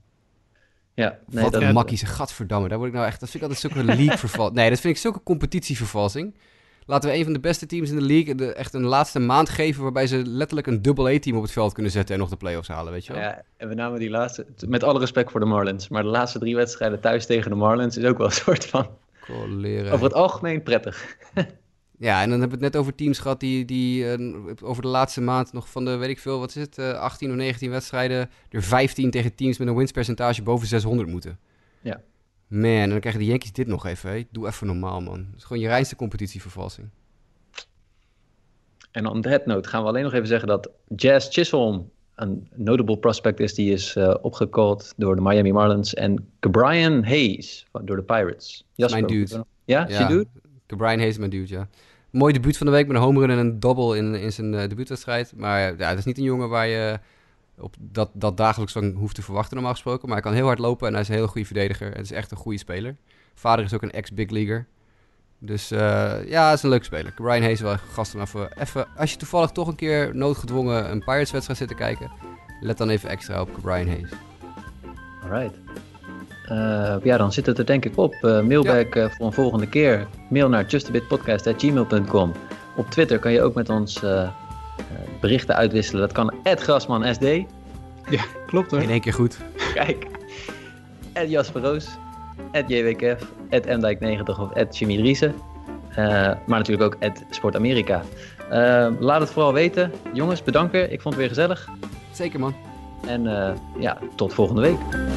Ja, nee, wat een makkie, gadverdamme. Daar word ik nou echt, dat vind ik altijd zulke league-vervalsing. Nee, dat vind ik zulke competitievervalsing. Laten we een van de beste teams in de league echt een laatste maand geven, waarbij ze letterlijk een double-A-team op het veld kunnen zetten en nog de play-offs halen, weet je wel? Ja, en we namen die laatste, met alle respect voor de Marlins, maar de laatste 3 wedstrijden thuis tegen de Marlins is ook wel een soort van, over het algemeen prettig. Ja, en dan hebben we het net over teams gehad die over de laatste maand nog van de, weet ik veel, wat is het, 18 of 19 wedstrijden, er 15 tegen teams met een winspercentage boven 600 moeten. Ja. Man, en dan krijgen de Yankees dit nog even, hè? Doe even normaal, man. Het is gewoon je reinste competitievervalsing. En on that note gaan we alleen nog even zeggen dat Jazz Chisholm een notable prospect is. Die is opgecalled door de Miami Marlins. En Ke'Bryan Hayes door de Pirates. Jasper, mijn dude. Ja, ja, dude? Ke'Bryan Hayes is mijn dude, ja. Mooi debuut van de week met een home run en een double in zijn debuutwedstrijd. Maar ja, het is niet een jongen waar je op dat dagelijks van hoeft te verwachten normaal gesproken. Maar hij kan heel hard lopen en hij is een hele goede verdediger. Het is echt een goede speler. Vader is ook een ex-big leaguer. Dus ja, het is een leuke speler. Ke'Bryan Hayes wel gast om even... Als je toevallig toch een keer noodgedwongen een Pirates-wedstrijd zit te kijken, let dan even extra op Ke'Bryan Hayes. Alright. Ja, dan zit het er denk ik op. Mailbag voor een volgende keer. Mail naar justabitpodcast@gmail.com. Op Twitter kan je ook met ons berichten uitwisselen. Dat kan @grasmansd. Ja, klopt hoor. In één keer goed. Kijk. @JasperRoos. @JWKF. @mdijk90 of @Jimmy Driessen. Maar natuurlijk ook @SportAmerica. Laat het vooral weten. Jongens, bedanken. Ik vond het weer gezellig. Zeker, man. En ja, tot volgende week.